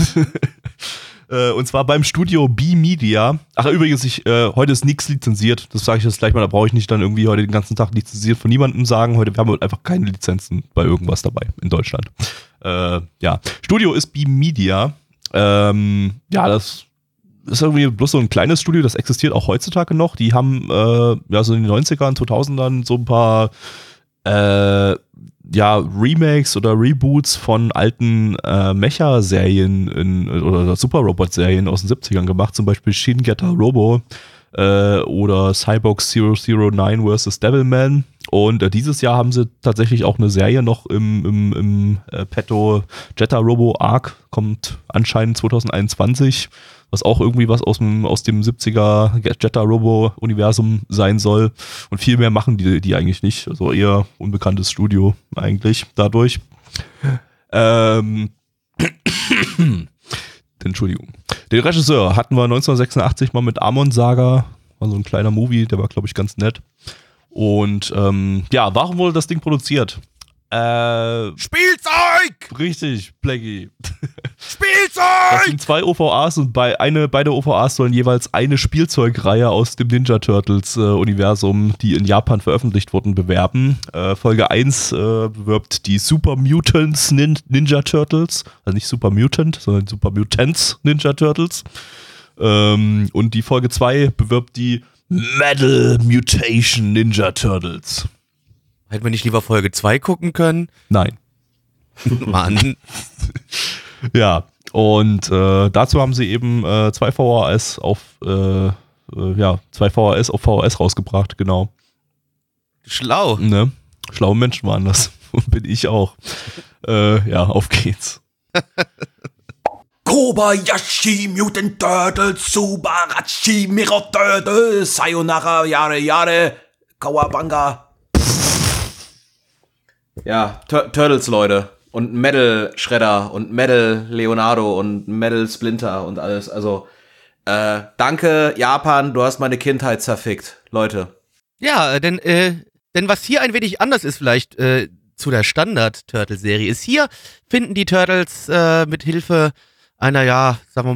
[SPEAKER 3] Und zwar beim Studio B-Media. Ach, übrigens, heute ist nichts lizenziert. Das sage ich jetzt gleich mal, da brauche ich nicht dann irgendwie heute den ganzen Tag lizenziert von niemandem sagen. Wir haben halt einfach keine Lizenzen bei irgendwas dabei in Deutschland. Studio ist B-Media. Das ist irgendwie bloß so ein kleines Studio, das existiert auch heutzutage noch. Die haben so in den 90ern, 2000ern so ein paar Remakes oder Reboots von alten Mecha-Serien oder Super-Robot-Serien aus den 70ern gemacht, zum Beispiel Shin Getter Robo oder Cyborg 009 vs. Devilman. Und dieses Jahr haben sie tatsächlich auch eine Serie noch im Petto. Jetta Robo Arc kommt anscheinend 2021, was auch irgendwie was aus dem 70er Jetta Robo Universum sein soll. Und viel mehr machen die eigentlich nicht. Also eher unbekanntes Studio eigentlich dadurch. Entschuldigung. Den Regisseur hatten wir 1986 mal mit Amon Saga. War so ein kleiner Movie, der war, glaube ich, ganz nett. Und warum wurde das Ding produziert?
[SPEAKER 2] Spielzeug!
[SPEAKER 3] Richtig, Blackie.
[SPEAKER 2] Spielzeug!
[SPEAKER 3] Das sind 2 OVAs und beide OVAs sollen jeweils eine Spielzeugreihe aus dem Ninja Turtles Universum, die in Japan veröffentlicht wurden, bewerben. Folge 1 bewirbt die Super Mutants Ninja Turtles, also nicht Super Mutant, sondern Super Mutants Ninja Turtles. Und die Folge 2 bewirbt die Metal Mutation Ninja Turtles.
[SPEAKER 2] Hätten wir nicht lieber Folge 2 gucken können?
[SPEAKER 3] Nein.
[SPEAKER 2] Mann.
[SPEAKER 3] Ja, und dazu haben sie eben 2 VHS auf VHS rausgebracht, genau.
[SPEAKER 2] Schlau.
[SPEAKER 3] Ne? Schlaue Menschen waren das. Und bin ich auch. Auf geht's.
[SPEAKER 4] Kobayashi Mutant Turtles, Subarashi Mirror Turtles, Sayonara, Yare, Kawabanga. Ja, Turtles, Leute. Und Metal Shredder und Metal Leonardo und Metal Splinter und alles. Also, danke, Japan, du hast meine Kindheit zerfickt, Leute.
[SPEAKER 2] Ja, denn was hier ein wenig anders ist vielleicht zu der Standard-Turtle-Serie ist, hier finden die Turtles mit Hilfe einer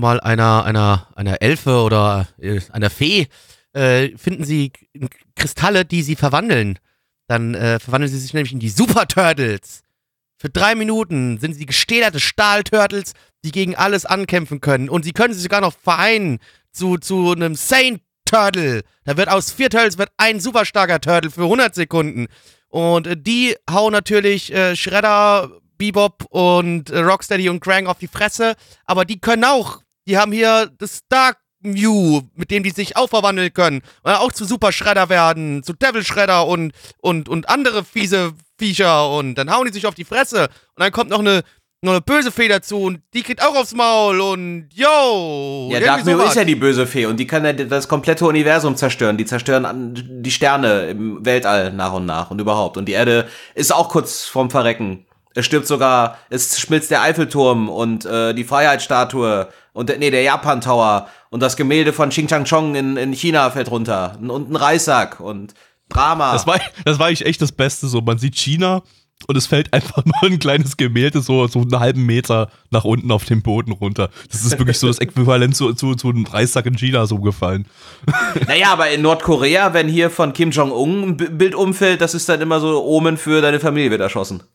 [SPEAKER 2] Elfe oder einer Fee, finden sie Kristalle, die sie verwandeln. Dann verwandeln sie sich nämlich in die Super Turtles. Für 3 Minuten sind sie gestählerte Stahl-Turtles, die gegen alles ankämpfen können. Und sie können sich sogar noch vereinen zu einem Saint Turtle. Da wird aus 4 Turtles ein super starker Turtle für 100 Sekunden. Und die hauen natürlich Shredder, Bebop und Rocksteady und Krang auf die Fresse. Aber die können auch. Die haben hier das Dark Mew, mit dem die sich auch verwandeln können. Und auch zu Super Shredder werden, zu Devil Shredder und andere fiese Viecher. Und dann hauen die sich auf die Fresse. Und dann kommt noch eine böse Fee dazu und die kriegt auch aufs Maul und yo!
[SPEAKER 6] Ja, Dark Mew ist ja die böse Fee und die kann ja das komplette Universum zerstören. Die zerstören die Sterne im Weltall nach und nach und überhaupt. Und die Erde ist auch kurz vorm Verrecken. Es stirbt sogar, es schmilzt der Eiffelturm und die Freiheitsstatue und der Japan Tower und das Gemälde von Xing Chang Chong in China fällt runter und ein Reissack und Drama.
[SPEAKER 3] Das war eigentlich echt das Beste, so man sieht China und es fällt einfach nur ein kleines Gemälde so einen halben Meter nach unten auf den Boden runter. Das ist wirklich so das Äquivalent zu einem Reissack in China so gefallen.
[SPEAKER 6] Naja, aber in Nordkorea, wenn hier von Kim Jong-un ein Bild umfällt, das ist dann immer so Omen für deine Familie wird erschossen.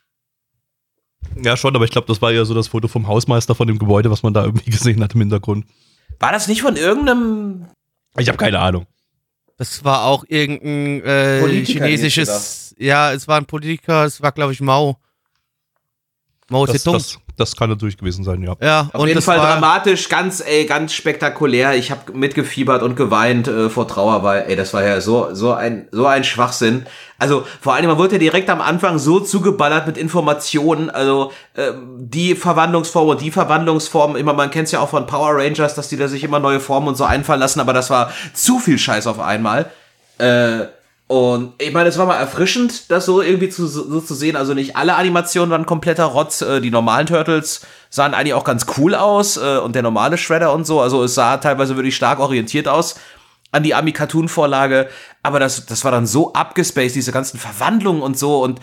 [SPEAKER 3] Ja, schon, aber ich glaube, das war ja so das Foto vom Hausmeister von dem Gebäude, was man da irgendwie gesehen hat im Hintergrund.
[SPEAKER 6] War das nicht von irgendeinem...
[SPEAKER 3] Ich habe keine Ahnung.
[SPEAKER 2] Das war auch irgendein chinesisches... Ja, es war ein Politiker, es war, glaube ich, Mao Zedong.
[SPEAKER 3] Das kann natürlich gewesen sein, ja.
[SPEAKER 2] Ja,
[SPEAKER 6] auf jeden Fall dramatisch, ganz spektakulär. Ich habe mitgefiebert und geweint vor Trauer, weil, das war ja so ein Schwachsinn. Also vor allem, man wurde ja direkt am Anfang so zugeballert mit Informationen, also die Verwandlungsform und die Verwandlungsform, immer, man kennt es ja auch von Power Rangers, dass die da sich immer neue Formen und so einfallen lassen, aber das war zu viel Scheiß auf einmal. Und ich meine, es war mal erfrischend, das so irgendwie so zu sehen. Also nicht alle Animationen waren kompletter Rotz. Die normalen Turtles sahen eigentlich auch ganz cool aus. Und der normale Shredder und so. Also es sah teilweise wirklich stark orientiert aus an die Ami-Cartoon-Vorlage. Aber das war dann so abgespaced, diese ganzen Verwandlungen und so. Und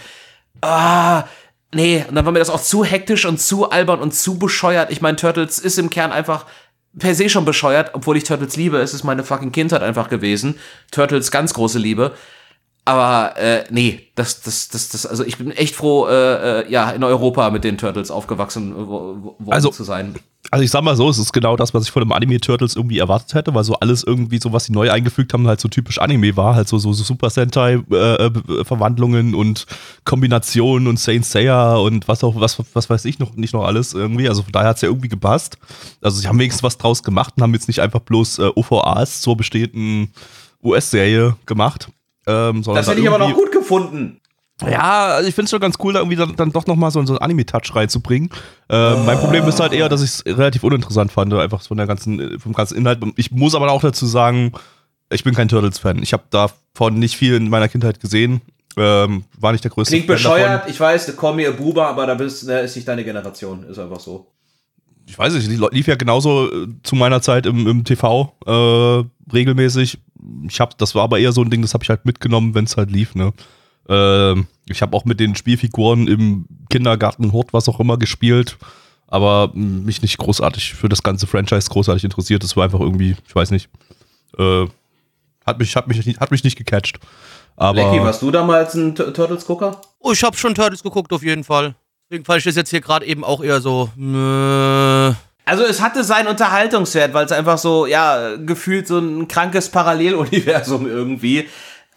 [SPEAKER 6] nee, und dann war mir das auch zu hektisch und zu albern und zu bescheuert. Ich meine, Turtles ist im Kern einfach per se schon bescheuert, obwohl ich Turtles liebe. Es ist meine fucking Kindheit einfach gewesen. Turtles ganz große Liebe. Aber nee, also ich bin echt froh, in Europa mit den Turtles aufgewachsen worden zu sein.
[SPEAKER 3] Also ich sag mal so, es ist genau das, was ich von dem Anime Turtles irgendwie erwartet hätte, weil so alles irgendwie so, was sie neu eingefügt haben, halt so typisch Anime war, halt so Super Sentai Verwandlungen und Kombinationen und Saint Seiya und was weiß ich nicht noch alles irgendwie, also von daher hat's ja irgendwie gepasst. Also sie haben wenigstens was draus gemacht und haben jetzt nicht einfach bloß OVAs zur bestehenden US-Serie gemacht.
[SPEAKER 6] Das hätte ich aber noch gut gefunden.
[SPEAKER 3] Ja, also ich finde es schon ganz cool, da irgendwie dann doch nochmal so einen Anime-Touch reinzubringen. Mein Problem ist halt eher, dass ich es relativ uninteressant fand, einfach vom ganzen Inhalt. Ich muss aber auch dazu sagen, ich bin kein Turtles-Fan. Ich habe davon nicht viel in meiner Kindheit gesehen. War nicht der größte
[SPEAKER 6] Klingt Fan bescheuert, davon. Ich weiß, call me a Boomer, aber da ist nicht deine Generation. Ist einfach so.
[SPEAKER 3] Ich weiß nicht, lief ja genauso zu meiner Zeit im TV regelmäßig. Das war aber eher so ein Ding, das habe ich halt mitgenommen, wenn es halt lief, ne? Ich habe auch mit den Spielfiguren im Kindergarten, Hort, was auch immer gespielt, aber mich nicht großartig für das ganze Franchise großartig interessiert. Das war einfach irgendwie, ich weiß nicht, hat mich nicht gecatcht. Aber
[SPEAKER 6] Lecky, warst du damals ein Turtles-Gucker?
[SPEAKER 2] Oh, ich habe schon Turtles geguckt, auf jeden Fall. Deswegen fand ich das jetzt hier gerade eben auch eher so.
[SPEAKER 6] Also es hatte seinen Unterhaltungswert, weil es einfach so, ja, gefühlt so ein krankes Paralleluniversum irgendwie.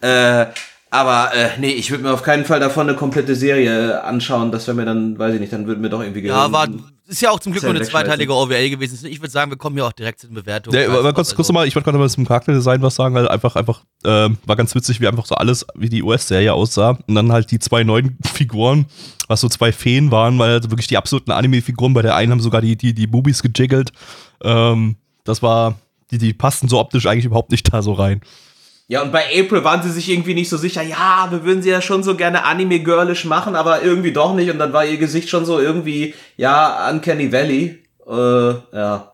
[SPEAKER 6] Aber nee, ich würde mir auf keinen Fall davon eine komplette Serie anschauen. Das wäre mir dann, weiß ich nicht, dann würden wir doch irgendwie
[SPEAKER 2] ist ja auch zum Glück nur eine zweiteilige OVL gewesen. Ich würde sagen, wir kommen hier auch direkt zu den Bewertungen.
[SPEAKER 3] Ja, aber kurz nochmal, ich wollte gerade mal zum Charakterdesign was sagen, weil einfach war ganz witzig, wie einfach so alles, wie die US-Serie aussah. Und dann halt die zwei neuen Figuren, was so zwei Feen waren, weil also wirklich die absoluten Anime-Figuren, bei der einen haben sogar die Boobies gejiggelt. Das war, die passten so optisch eigentlich überhaupt nicht da so rein.
[SPEAKER 6] Ja, und bei April waren sie sich irgendwie nicht so sicher, ja, wir würden sie ja schon so gerne Anime-girlish machen, aber irgendwie doch nicht. Und dann war ihr Gesicht schon so irgendwie, ja, Uncanny Valley. Ja.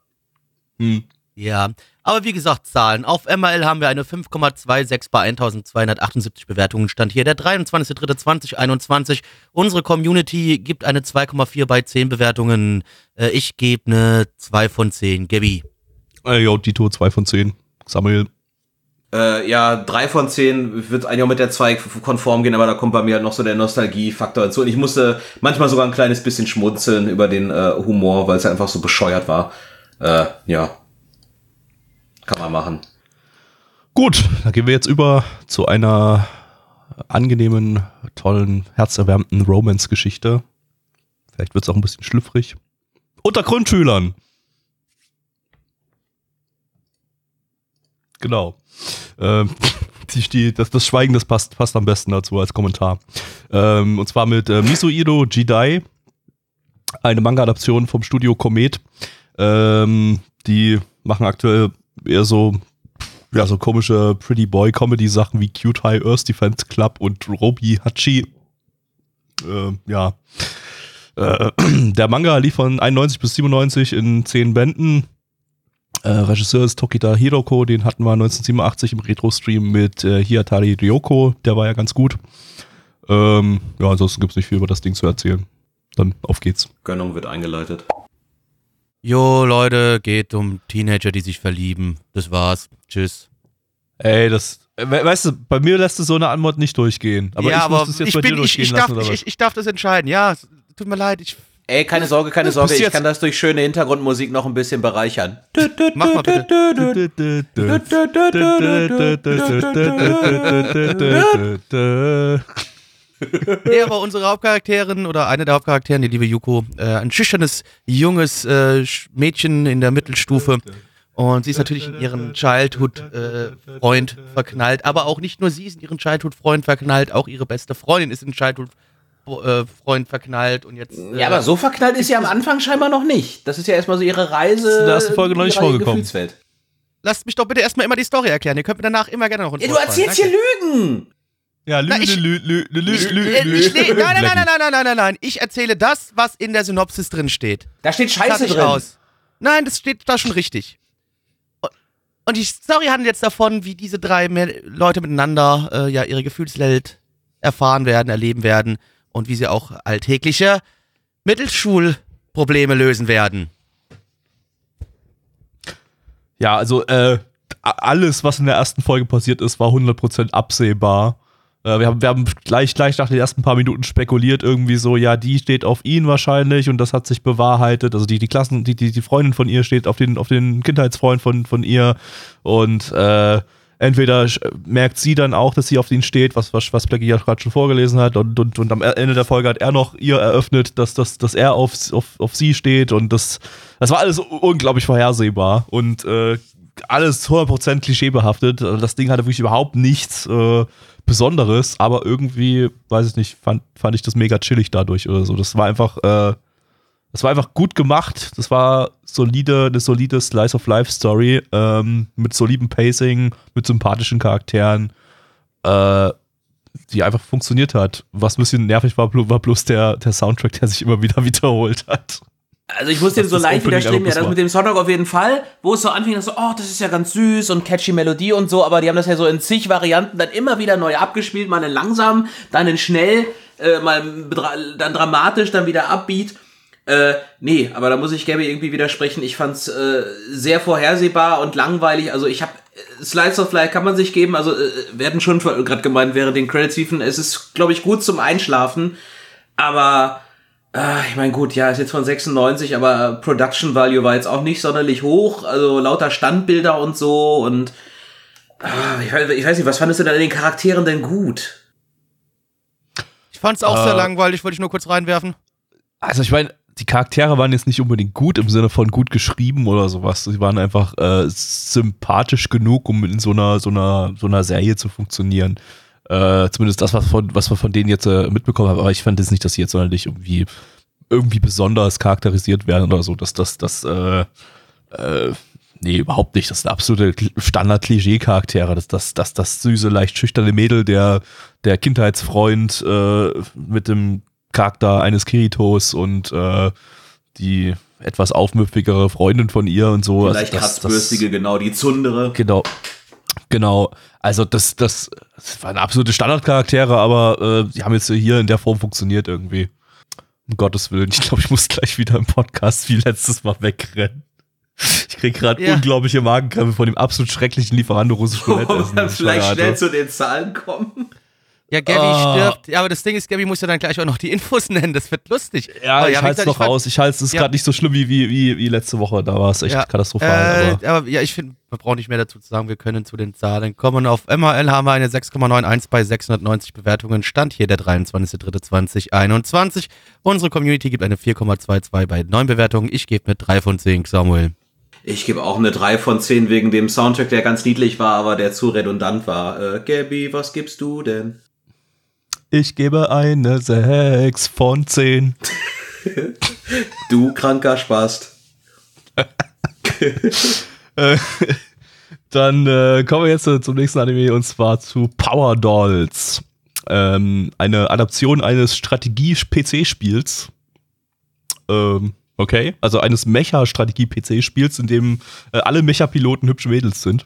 [SPEAKER 2] Ja, aber wie gesagt, Zahlen. Auf MRL haben wir eine 5,26 bei 1278 Bewertungen. Stand hier der 23.03.2021. Unsere Community gibt eine 2,4 bei 10 Bewertungen. Ich gebe eine 2 von 10. Gabi.
[SPEAKER 3] Jo, Dito, 2 von 10. Samuel.
[SPEAKER 6] Ja, 3 von 10 wird eigentlich auch mit der 2 konform gehen, aber da kommt bei mir halt noch so der Nostalgie-Faktor hinzu. Und ich musste manchmal sogar ein kleines bisschen schmunzeln über den Humor, weil es einfach so bescheuert war. Ja. Kann man machen.
[SPEAKER 3] Gut, dann gehen wir jetzt über zu einer angenehmen, tollen, herzerwärmenden Romance-Geschichte. Vielleicht wird es auch ein bisschen schlüpfrig. Unter Grundschülern. Genau. Das Schweigen, das passt am besten dazu als Kommentar. Und zwar mit Misuhiro Jidai, eine Manga-Adaption vom Studio Komet. Die machen aktuell eher so komische Pretty Boy-Comedy-Sachen wie Cute High Earth Defense Club und Robi Hachi. Der Manga lief von 91 bis 97 in 10 Bänden. Regisseur ist Tokita Hiroko, den hatten wir 1987 im Retro-Stream mit Hiatari Ryoko, der war ja ganz gut. Ansonsten gibt es nicht viel über das Ding zu erzählen. Dann auf geht's.
[SPEAKER 6] Gönnung wird eingeleitet.
[SPEAKER 2] Jo, Leute, geht um Teenager, die sich verlieben. Das war's. Tschüss.
[SPEAKER 3] Ey, weißt du, bei mir lässt es so eine Antwort nicht durchgehen. Aber
[SPEAKER 2] ja,
[SPEAKER 3] ich muss das jetzt bei dir durchgehen lassen, oder was?
[SPEAKER 2] Ich darf das entscheiden, ja. Tut mir leid,
[SPEAKER 6] Ey, keine Sorge, ich kann das durch schöne Hintergrundmusik noch ein bisschen bereichern.
[SPEAKER 2] Mach mal bitte. Nee, aber unsere Hauptcharakterin oder eine der Hauptcharakteren, die liebe Yuko, ein schüchternes, junges Mädchen in der Mittelstufe. Und sie ist natürlich in ihren Childhood-Freund verknallt. Aber auch nicht nur sie ist in ihren Childhood-Freund verknallt, auch ihre beste Freundin ist in Childhood-Freund verknallt. Und jetzt,
[SPEAKER 6] ja, aber so verknallt ist sie am Anfang scheinbar noch nicht. Das ist ja erstmal so ihre Reise. Das ist
[SPEAKER 3] in der ersten Folge noch nicht vorgekommen.
[SPEAKER 6] Gefühlswelt.
[SPEAKER 2] Lasst mich doch bitte erstmal immer die Story erklären. Ihr könnt mir danach immer gerne noch
[SPEAKER 6] du erzählst hier Lügen!
[SPEAKER 3] Ja,
[SPEAKER 2] Nein. Ich erzähle das, was in der Synopsis drin steht.
[SPEAKER 6] Da steht Scheiße drin.
[SPEAKER 2] Nein, das steht da schon richtig. Und die Story handelt jetzt davon, wie diese drei Leute miteinander ihre Gefühlswelt erfahren werden, erleben werden und wie sie auch alltägliche Mittelschulprobleme lösen werden.
[SPEAKER 3] Ja, also alles, was in der ersten Folge passiert ist, war 100% absehbar. Wir haben gleich nach den ersten paar Minuten spekuliert, irgendwie so, ja, die steht auf ihn wahrscheinlich und das hat sich bewahrheitet. Also die Freundin von ihr steht auf den Kindheitsfreund von ihr und entweder merkt sie dann auch, dass sie auf ihn steht, was Blackie ja gerade schon vorgelesen hat und am Ende der Folge hat er noch ihr eröffnet, dass er auf sie steht und das war alles unglaublich vorhersehbar und alles 100% klischeebehaftet. Das Ding hatte wirklich überhaupt nichts Besonderes, aber irgendwie, weiß ich nicht, fand ich das mega chillig dadurch oder so. Das war einfach gut gemacht. Das war eine solide Slice-of-Life-Story mit solidem Pacing, mit sympathischen Charakteren, die einfach funktioniert hat. Was ein bisschen nervig war bloß der Soundtrack, der sich immer wieder wiederholt hat.
[SPEAKER 6] Also ich muss dem so leicht widerstreben, ja, das mit dem Soundtrack auf jeden Fall, wo es so anfing, dass so, oh, das ist ja ganz süß und catchy Melodie und so, aber die haben das ja so in zig Varianten dann immer wieder neu abgespielt, mal in langsam, dann in schnell, mal dann dramatisch, dann wieder upbeat. Nee, aber da muss ich Gabby irgendwie widersprechen, ich fand's sehr vorhersehbar und langweilig, also ich habe Slice of Life kann man sich geben, also werden schon gerade gemeint, während den Credits liefen, es ist, glaube ich, gut zum Einschlafen, aber ich meine, gut, ja, ist jetzt von 96, aber Production Value war jetzt auch nicht sonderlich hoch, also lauter Standbilder und so und ich weiß nicht, was fandest du denn an den Charakteren denn gut?
[SPEAKER 2] Ich fand's auch sehr langweilig, wollte ich nur kurz reinwerfen.
[SPEAKER 3] Also ich meine, die Charaktere waren jetzt nicht unbedingt gut im Sinne von gut geschrieben oder sowas, sie waren einfach sympathisch genug, um in so einer Serie zu funktionieren. Zumindest das, was wir von denen jetzt mitbekommen haben, aber ich fand jetzt nicht, dass sie jetzt sonderlich irgendwie besonders charakterisiert werden oder so, nee, überhaupt nicht, das sind absolute Standard-Klischee-Charaktere, das süße, leicht schüchterne Mädel, der Kindheitsfreund mit dem Charakter eines Kiritos und die etwas aufmüpfigere Freundin von ihr und so.
[SPEAKER 6] Vielleicht also kratzbürstige, genau, die Zundere.
[SPEAKER 3] Genau, also das waren absolute Standardcharaktere, aber die haben jetzt hier in der Form funktioniert irgendwie. Um Gottes Willen, ich glaube, ich muss gleich wieder im Podcast wie letztes Mal wegrennen. Ich kriege gerade unglaubliche Magenkrämpfe von dem absolut schrecklichen Lieferando russischen Roulette-Essen.
[SPEAKER 6] Wir vielleicht schnell zu den Zahlen kommen.
[SPEAKER 2] Ja, Gabby stirbt. Ja, aber das Ding ist, Gabby muss ja dann gleich auch noch die Infos nennen. Das wird lustig.
[SPEAKER 3] Ja, ich halte es noch raus. Ich halte es gerade nicht so schlimm wie letzte Woche. Da war es echt katastrophal.
[SPEAKER 2] Aber ja, ich finde, wir brauchen nicht mehr dazu zu sagen. Wir können zu den Zahlen kommen. Auf MRL haben wir eine 6,91 bei 690 Bewertungen. Stand hier der 23.03.2021. Unsere Community gibt eine 4,22 bei 9 Bewertungen. Ich gebe mit 3 von 10, Samuel.
[SPEAKER 6] Ich gebe auch eine 3 von 10 wegen dem Soundtrack, der ganz niedlich war, aber der zu redundant war. Gabby, was gibst du denn?
[SPEAKER 3] Ich gebe eine 6 von 10.
[SPEAKER 6] Du kranker Spast.
[SPEAKER 3] Dann kommen wir jetzt zum nächsten Anime und zwar zu Power Dolls. Eine Adaption eines Strategie-PC-Spiels. Okay, also eines Mecha-Strategie-PC-Spiels, in dem alle Mecha-Piloten hübsche Mädels sind.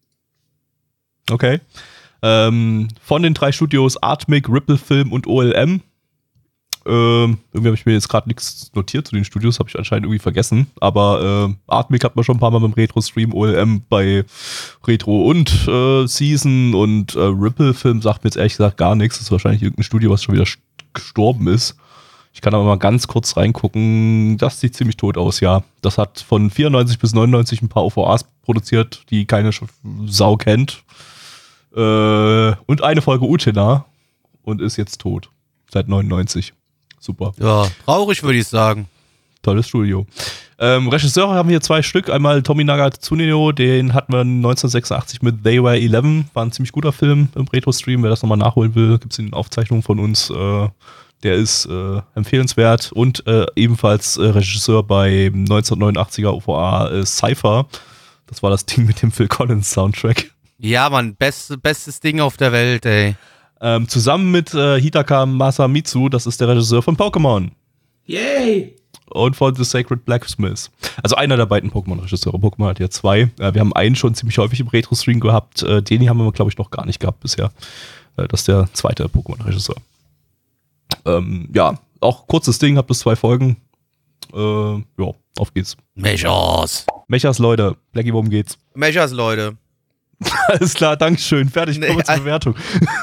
[SPEAKER 3] Okay. Von den 3 Studios Atmic, Ripple Film und OLM. Irgendwie habe ich mir jetzt gerade nichts notiert zu den Studios, habe ich anscheinend irgendwie vergessen. Aber Atmic hat man schon ein paar Mal beim Retro-Stream, OLM bei Retro und Season und Ripple Film sagt mir jetzt ehrlich gesagt gar nichts. Das ist wahrscheinlich irgendein Studio, was schon wieder gestorben ist. Ich kann aber mal ganz kurz reingucken. Das sieht ziemlich tot aus, ja. Das hat von 94 bis 99 ein paar OVAs produziert, die keine Sau kennt. Und eine Folge Utena und ist jetzt tot. Seit 99. Super.
[SPEAKER 2] Ja, traurig würde ich sagen.
[SPEAKER 3] Tolles Studio. Regisseure haben hier 2 Stück. Einmal Tominaga Tsuneo, den hatten wir 1986 mit They Were 11. War ein ziemlich guter Film im Retro-Stream. Wer das nochmal nachholen will, gibt es in Aufzeichnungen von uns. Der ist empfehlenswert. Und ebenfalls Regisseur beim 1989er OVA Cypher. Das war das Ding mit dem Phil Collins Soundtrack.
[SPEAKER 2] Ja, Mann, bestes Ding auf der Welt, ey.
[SPEAKER 3] Zusammen mit Hitaka Masamitsu, das ist der Regisseur von Pokémon.
[SPEAKER 6] Yay!
[SPEAKER 3] Und von The Sacred Blacksmith. Also einer der beiden Pokémon-Regisseure. Pokémon hat ja 2. Wir haben einen schon ziemlich häufig im Retro-Stream gehabt. Den hier haben wir, glaube ich, noch gar nicht gehabt bisher. Das ist der zweite Pokémon-Regisseur. Ja, auch kurzes Ding, habt bis 2 Folgen. Ja, auf geht's.
[SPEAKER 2] Mechas,
[SPEAKER 3] Leute. Blackie, worum geht's?
[SPEAKER 2] Mechas, Leute.
[SPEAKER 3] Alles klar, Dankeschön. Fertig, kommen wir zur Bewertung.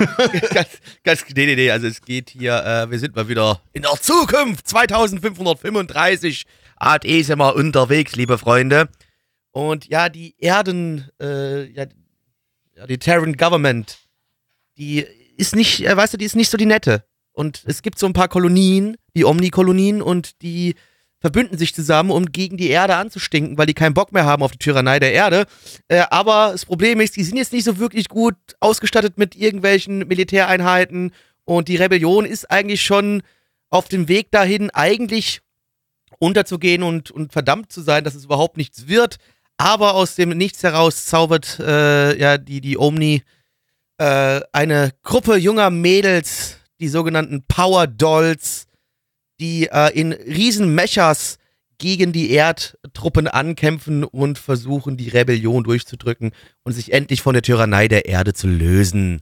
[SPEAKER 2] Nee, also es geht hier, wir sind mal wieder in der Zukunft, 2535 AD sind wir unterwegs, liebe Freunde. Und ja, die Erden, die Terran Government, die ist nicht, die ist nicht so die nette. Und es gibt so ein paar Kolonien, die Omni-Kolonien, und die verbünden sich zusammen, um gegen die Erde anzustinken, weil die keinen Bock mehr haben auf die Tyrannei der Erde. Aber das Problem ist, die sind jetzt nicht so wirklich gut ausgestattet mit irgendwelchen Militäreinheiten, und die Rebellion ist eigentlich schon auf dem Weg dahin, eigentlich unterzugehen und verdammt zu sein, dass es überhaupt nichts wird. Aber aus dem Nichts heraus zaubert die Omni eine Gruppe junger Mädels, die sogenannten Power Dolls, die in riesen Mechas gegen die Erdtruppen ankämpfen und versuchen, die Rebellion durchzudrücken und sich endlich von der Tyrannei der Erde zu lösen.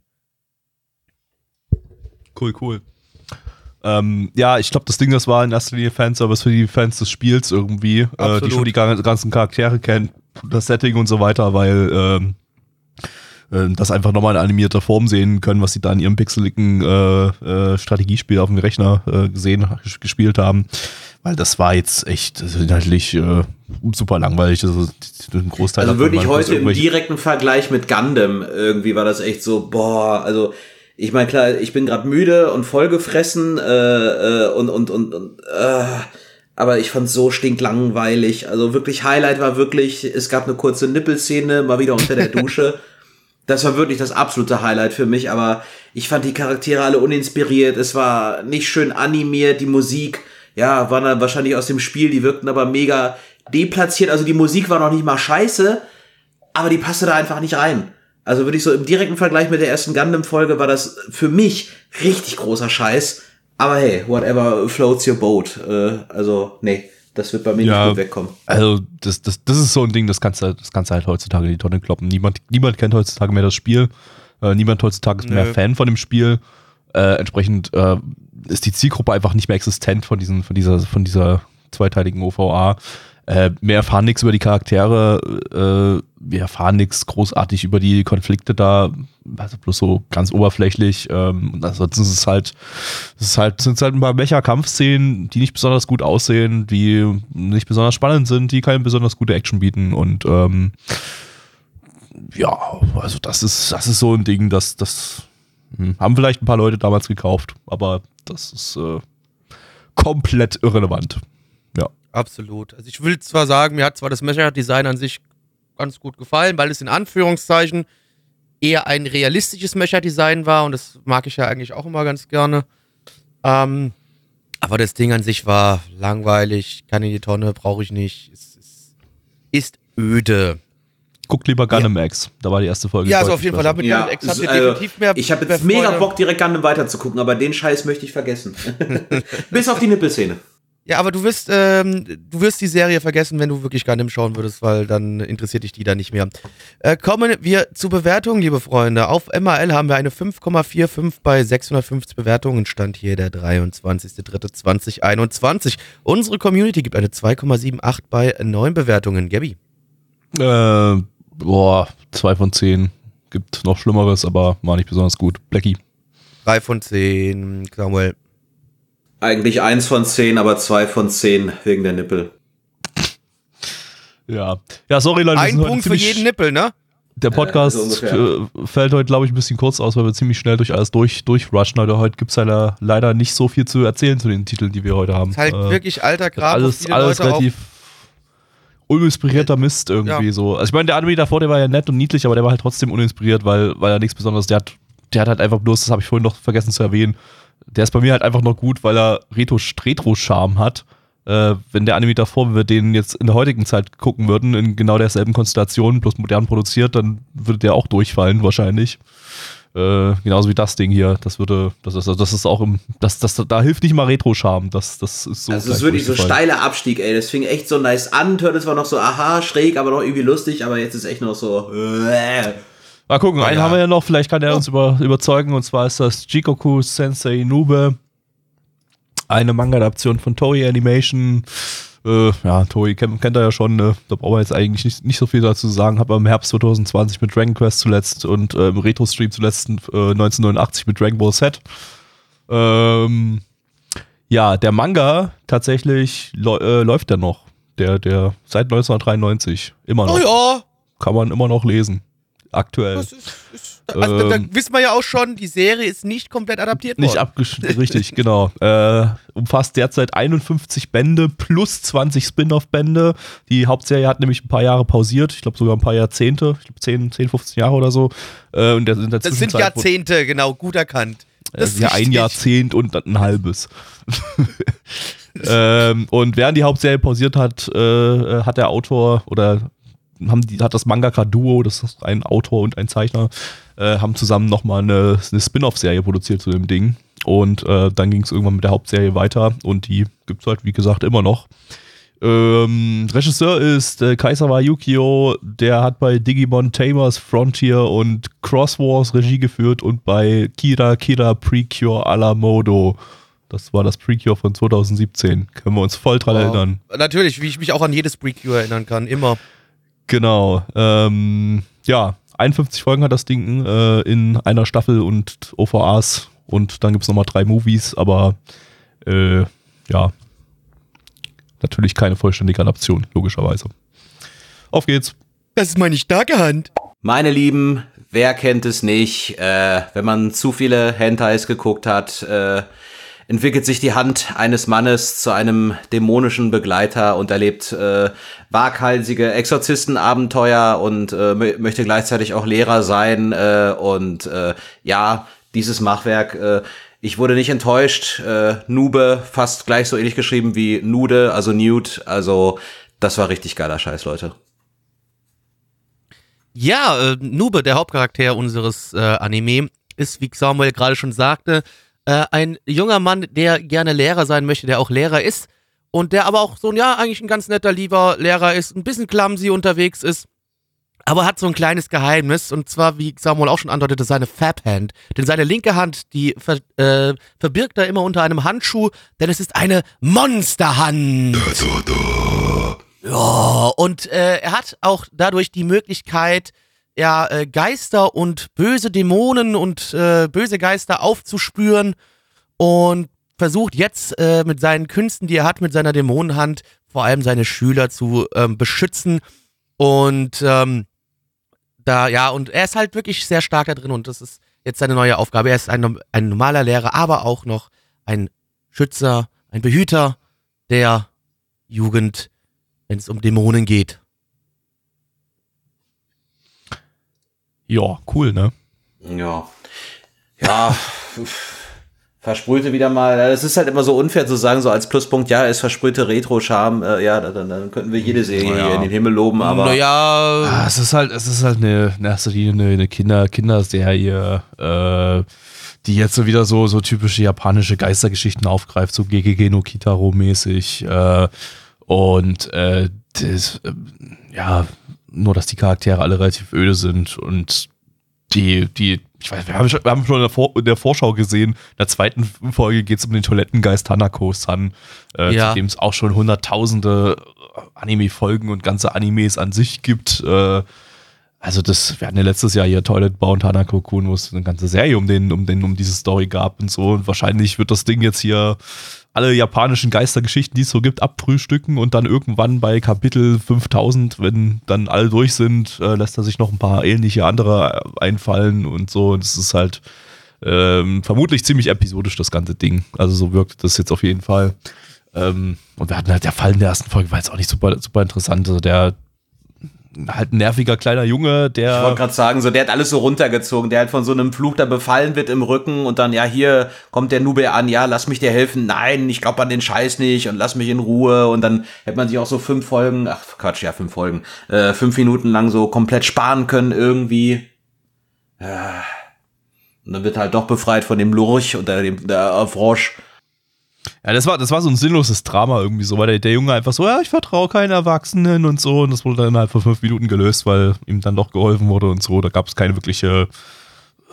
[SPEAKER 3] Cool. Ich glaube, das Ding, das war in erster Linie Fanservice für die Fans des Spiels irgendwie, die schon die ganzen Charaktere kennen, das Setting und so weiter, weil das einfach nochmal in animierter Form sehen können, was sie da in ihrem pixeligen Strategiespiel auf dem Rechner gespielt haben. Weil das war jetzt echt inhaltlich super langweilig. Also ein Großteil
[SPEAKER 4] also wirklich heute im direkten Vergleich mit Gundam irgendwie war das echt so, also ich meine, klar, ich bin gerade müde und vollgefressen aber ich fand's so stinklangweilig. Also wirklich, Highlight war wirklich, es gab eine kurze Nippelszene, mal wieder unter der Dusche. Das war wirklich das absolute Highlight für mich, aber ich fand die Charaktere alle uninspiriert, es war nicht schön animiert, die Musik, war dann wahrscheinlich aus dem Spiel, die wirkten aber mega deplatziert, also die Musik war noch nicht mal scheiße, aber die passte da einfach nicht rein. Also würde ich so im direkten Vergleich mit der ersten Gundam-Folge war das für mich richtig großer Scheiß, aber hey, whatever floats your boat, das wird bei mir nicht gut wegkommen.
[SPEAKER 3] Also das ist so ein Ding, das kannst du halt heutzutage in die Tonne kloppen. Niemand kennt heutzutage mehr das Spiel. Niemand heutzutage ist mehr Fan von dem Spiel. Entsprechend ist die Zielgruppe einfach nicht mehr existent von dieser zweiteiligen OVA. Wir erfahren nichts über die Charaktere, wir erfahren nichts großartig über die Konflikte da, also bloß so ganz oberflächlich. Ansonsten sind es halt ein paar Mecha-Kampfszenen, die nicht besonders gut aussehen, die nicht besonders spannend sind, die keine besonders gute Action bieten, und also das ist so ein Ding, das haben vielleicht ein paar Leute damals gekauft, aber das ist komplett irrelevant. Ja.
[SPEAKER 2] Absolut. Also ich will zwar sagen, mir hat zwar das Mecha-Design an sich ganz gut gefallen, weil es in Anführungszeichen eher ein realistisches Mecha-Design war, und das mag ich ja eigentlich auch immer ganz gerne. Aber das Ding an sich war langweilig, kann in die Tonne, brauche ich nicht. Es ist öde.
[SPEAKER 3] Guckt lieber Gundam X, da war die erste Folge.
[SPEAKER 2] Ja, also auf jeden Fall, damit Gundam X habt ihr definitiv mehr.
[SPEAKER 4] Ich habe jetzt mega Bock, direkt Gundam weiterzugucken, aber den Scheiß möchte ich vergessen. Bis auf die Nippelszene.
[SPEAKER 2] Ja, aber du wirst die Serie vergessen, wenn du wirklich Gundam schauen würdest, weil dann interessiert dich die da nicht mehr. Kommen wir zur Bewertung, liebe Freunde. Auf MRL haben wir eine 5,45 bei 650 Bewertungen. Stand hier der 23.03.2021. Unsere Community gibt eine 2,78 bei 9 Bewertungen. Gabby?
[SPEAKER 3] 2 von 10. Gibt noch Schlimmeres, aber war nicht besonders gut. Blackie?
[SPEAKER 2] 3 von 10. Samuel?
[SPEAKER 4] Eigentlich 1 von 10, aber 2 von 10 wegen der Nippel.
[SPEAKER 3] Ja, sorry Leute.
[SPEAKER 2] Ein Punkt für jeden Nippel, ne?
[SPEAKER 3] Der Podcast fällt heute, glaube ich, ein bisschen kurz aus, weil wir ziemlich schnell durch alles durchrushen. Heute gibt es leider nicht so viel zu erzählen zu den Titeln, die wir heute haben.
[SPEAKER 2] Ist halt wirklich alter Kram.
[SPEAKER 3] Alles relativ uninspirierter Mist irgendwie so. Also ich meine, der Anime davor, der war ja nett und niedlich, aber der war halt trotzdem uninspiriert, weil er nichts Besonderes, der hat halt einfach bloß, das habe ich vorhin noch vergessen zu erwähnen, der ist bei mir halt einfach noch gut, weil er Retro-Charme hat. Wenn der Anime davor, wenn wir den jetzt in der heutigen Zeit gucken würden, in genau derselben Konstellation, bloß modern produziert, dann würde der auch durchfallen wahrscheinlich. Genauso wie das Ding hier. Das ist auch da hilft nicht mal Retro-Charme. Das ist so.
[SPEAKER 4] Also es ist wirklich so steiler Abstieg, ey. Das fing echt so nice an. Turtles war noch so, schräg, aber noch irgendwie lustig, aber jetzt ist echt noch so.
[SPEAKER 3] Mal gucken, einen haben wir ja noch, vielleicht kann er uns überzeugen, und zwar ist das Jikoku Sensei Nube, eine Manga-Adaption von Toei Animation. Toei kennt er ja schon, ne? Da brauchen wir jetzt eigentlich nicht so viel dazu sagen. Habe im Herbst 2020 mit Dragon Quest zuletzt und im Retro-Stream zuletzt 1989 mit Dragon Ball Z. Der Manga tatsächlich läuft ja noch. Der seit 1993 immer noch. Oh ja. Kann man immer noch lesen. Aktuell.
[SPEAKER 2] Also da wissen wir ja auch schon, die Serie ist nicht komplett adaptiert worden.
[SPEAKER 3] Richtig, genau. Umfasst derzeit 51 Bände plus 20 Spin-off-Bände. Die Hauptserie hat nämlich ein paar Jahre pausiert. Ich glaube sogar ein paar Jahrzehnte. Ich glaube 10, 15 Jahre oder so. Und das
[SPEAKER 2] sind Jahrzehnte, genau, gut erkannt.
[SPEAKER 3] Das ist ja ein Jahrzehnt und ein halbes. Und während die Hauptserie pausiert hat, hat der Autor hat das Mangaka-Duo, das ist ein Autor und ein Zeichner, haben zusammen nochmal eine Spin-off-Serie produziert zu dem Ding. Und dann ging es irgendwann mit der Hauptserie weiter und die gibt es halt, wie gesagt, immer noch. Regisseur ist Kaisawa Yukio, der hat bei Digimon Tamers Frontier und Cross Wars Regie geführt und bei Kira Precure a la Modo. Das war das Precure von 2017. Können wir uns voll dran erinnern.
[SPEAKER 2] Natürlich, wie ich mich auch an jedes Precure erinnern kann, immer.
[SPEAKER 3] Genau. 51 Folgen hat das Ding in einer Staffel und OVAs und dann gibt es nochmal 3 Movies, aber natürlich keine vollständige Adaption, logischerweise. Auf geht's.
[SPEAKER 2] Das ist meine starke Hand.
[SPEAKER 4] Meine Lieben, wer kennt es nicht? Wenn man zu viele Hentais geguckt hat, entwickelt sich die Hand eines Mannes zu einem dämonischen Begleiter und erlebt waghalsige Exorzistenabenteuer und möchte gleichzeitig auch Lehrer sein. Dieses Machwerk, ich wurde nicht enttäuscht. Nube, fast gleich so ähnlich geschrieben wie Nude, also Nude. Also das war richtig geiler Scheiß, Leute.
[SPEAKER 2] Ja, Nube, der Hauptcharakter unseres Anime, ist, wie Samuel gerade schon sagte, ein junger Mann, der gerne Lehrer sein möchte, der auch Lehrer ist und der aber auch eigentlich ein ganz netter, lieber Lehrer ist, ein bisschen clumsy unterwegs ist, aber hat so ein kleines Geheimnis und zwar, wie Samuel auch schon andeutete, seine Fab-Hand. Denn seine linke Hand, die verbirgt er immer unter einem Handschuh, denn es ist eine Monsterhand. Ja, und er hat auch dadurch die Möglichkeit, Geister und böse Dämonen und böse Geister aufzuspüren und versucht jetzt mit seinen Künsten, die er hat, mit seiner Dämonenhand, vor allem seine Schüler zu beschützen und und er ist halt wirklich sehr stark da drin und das ist jetzt seine neue Aufgabe. Er ist ein normaler Lehrer, aber auch noch ein Schützer, ein Behüter der Jugend, wenn es um Dämonen geht.
[SPEAKER 3] Ja, cool, ne?
[SPEAKER 4] Ja, versprühte wieder mal. Es ist halt immer so unfair zu sagen, so als Pluspunkt, es versprühte Retro-Charme. Dann könnten wir jede Serie hier in den Himmel loben, aber.
[SPEAKER 3] Es ist halt in erster Linie eine Kinderserie, die jetzt so wieder so typische japanische Geistergeschichten aufgreift, so Gegege no Kitaro mäßig. Nur, dass die Charaktere alle relativ öde sind und wir haben schon in der Vorschau gesehen, in der zweiten Folge geht es um den Toilettengeist Hanako-san, zu dem es auch schon hunderttausende Anime-Folgen und ganze Animes an sich gibt. Wir hatten ja letztes Jahr hier Toilet Bound Hanako-kun, wo es eine ganze Serie um diese Story gab und so. Und wahrscheinlich wird das Ding jetzt hier alle japanischen Geistergeschichten, die es so gibt, abfrühstücken und dann irgendwann bei Kapitel 5000, wenn dann alle durch sind, lässt er sich noch ein paar ähnliche andere einfallen und so. Und es ist halt vermutlich ziemlich episodisch, das ganze Ding. Also so wirkt das jetzt auf jeden Fall. Und wir hatten halt der Fall in der ersten Folge, war jetzt auch nicht super, super interessant. Also der halt ein nerviger kleiner Junge, der...
[SPEAKER 4] Ich wollte gerade sagen, der hat alles so runtergezogen, der halt von so einem Fluch da befallen wird im Rücken und dann, hier kommt der Nube an, lass mich dir helfen, nein, ich glaube an den Scheiß nicht und lass mich in Ruhe und dann hätte man sich auch so 5 Folgen, 5 Minuten lang so komplett sparen können irgendwie. Und dann wird halt doch befreit von dem Lurch und der Frosch.
[SPEAKER 3] Ja, das war so ein sinnloses Drama irgendwie so, weil der Junge einfach so, ich vertraue keinen Erwachsenen und so und das wurde dann innerhalb von 5 Minuten gelöst, weil ihm dann doch geholfen wurde und so, da gab es keine wirkliche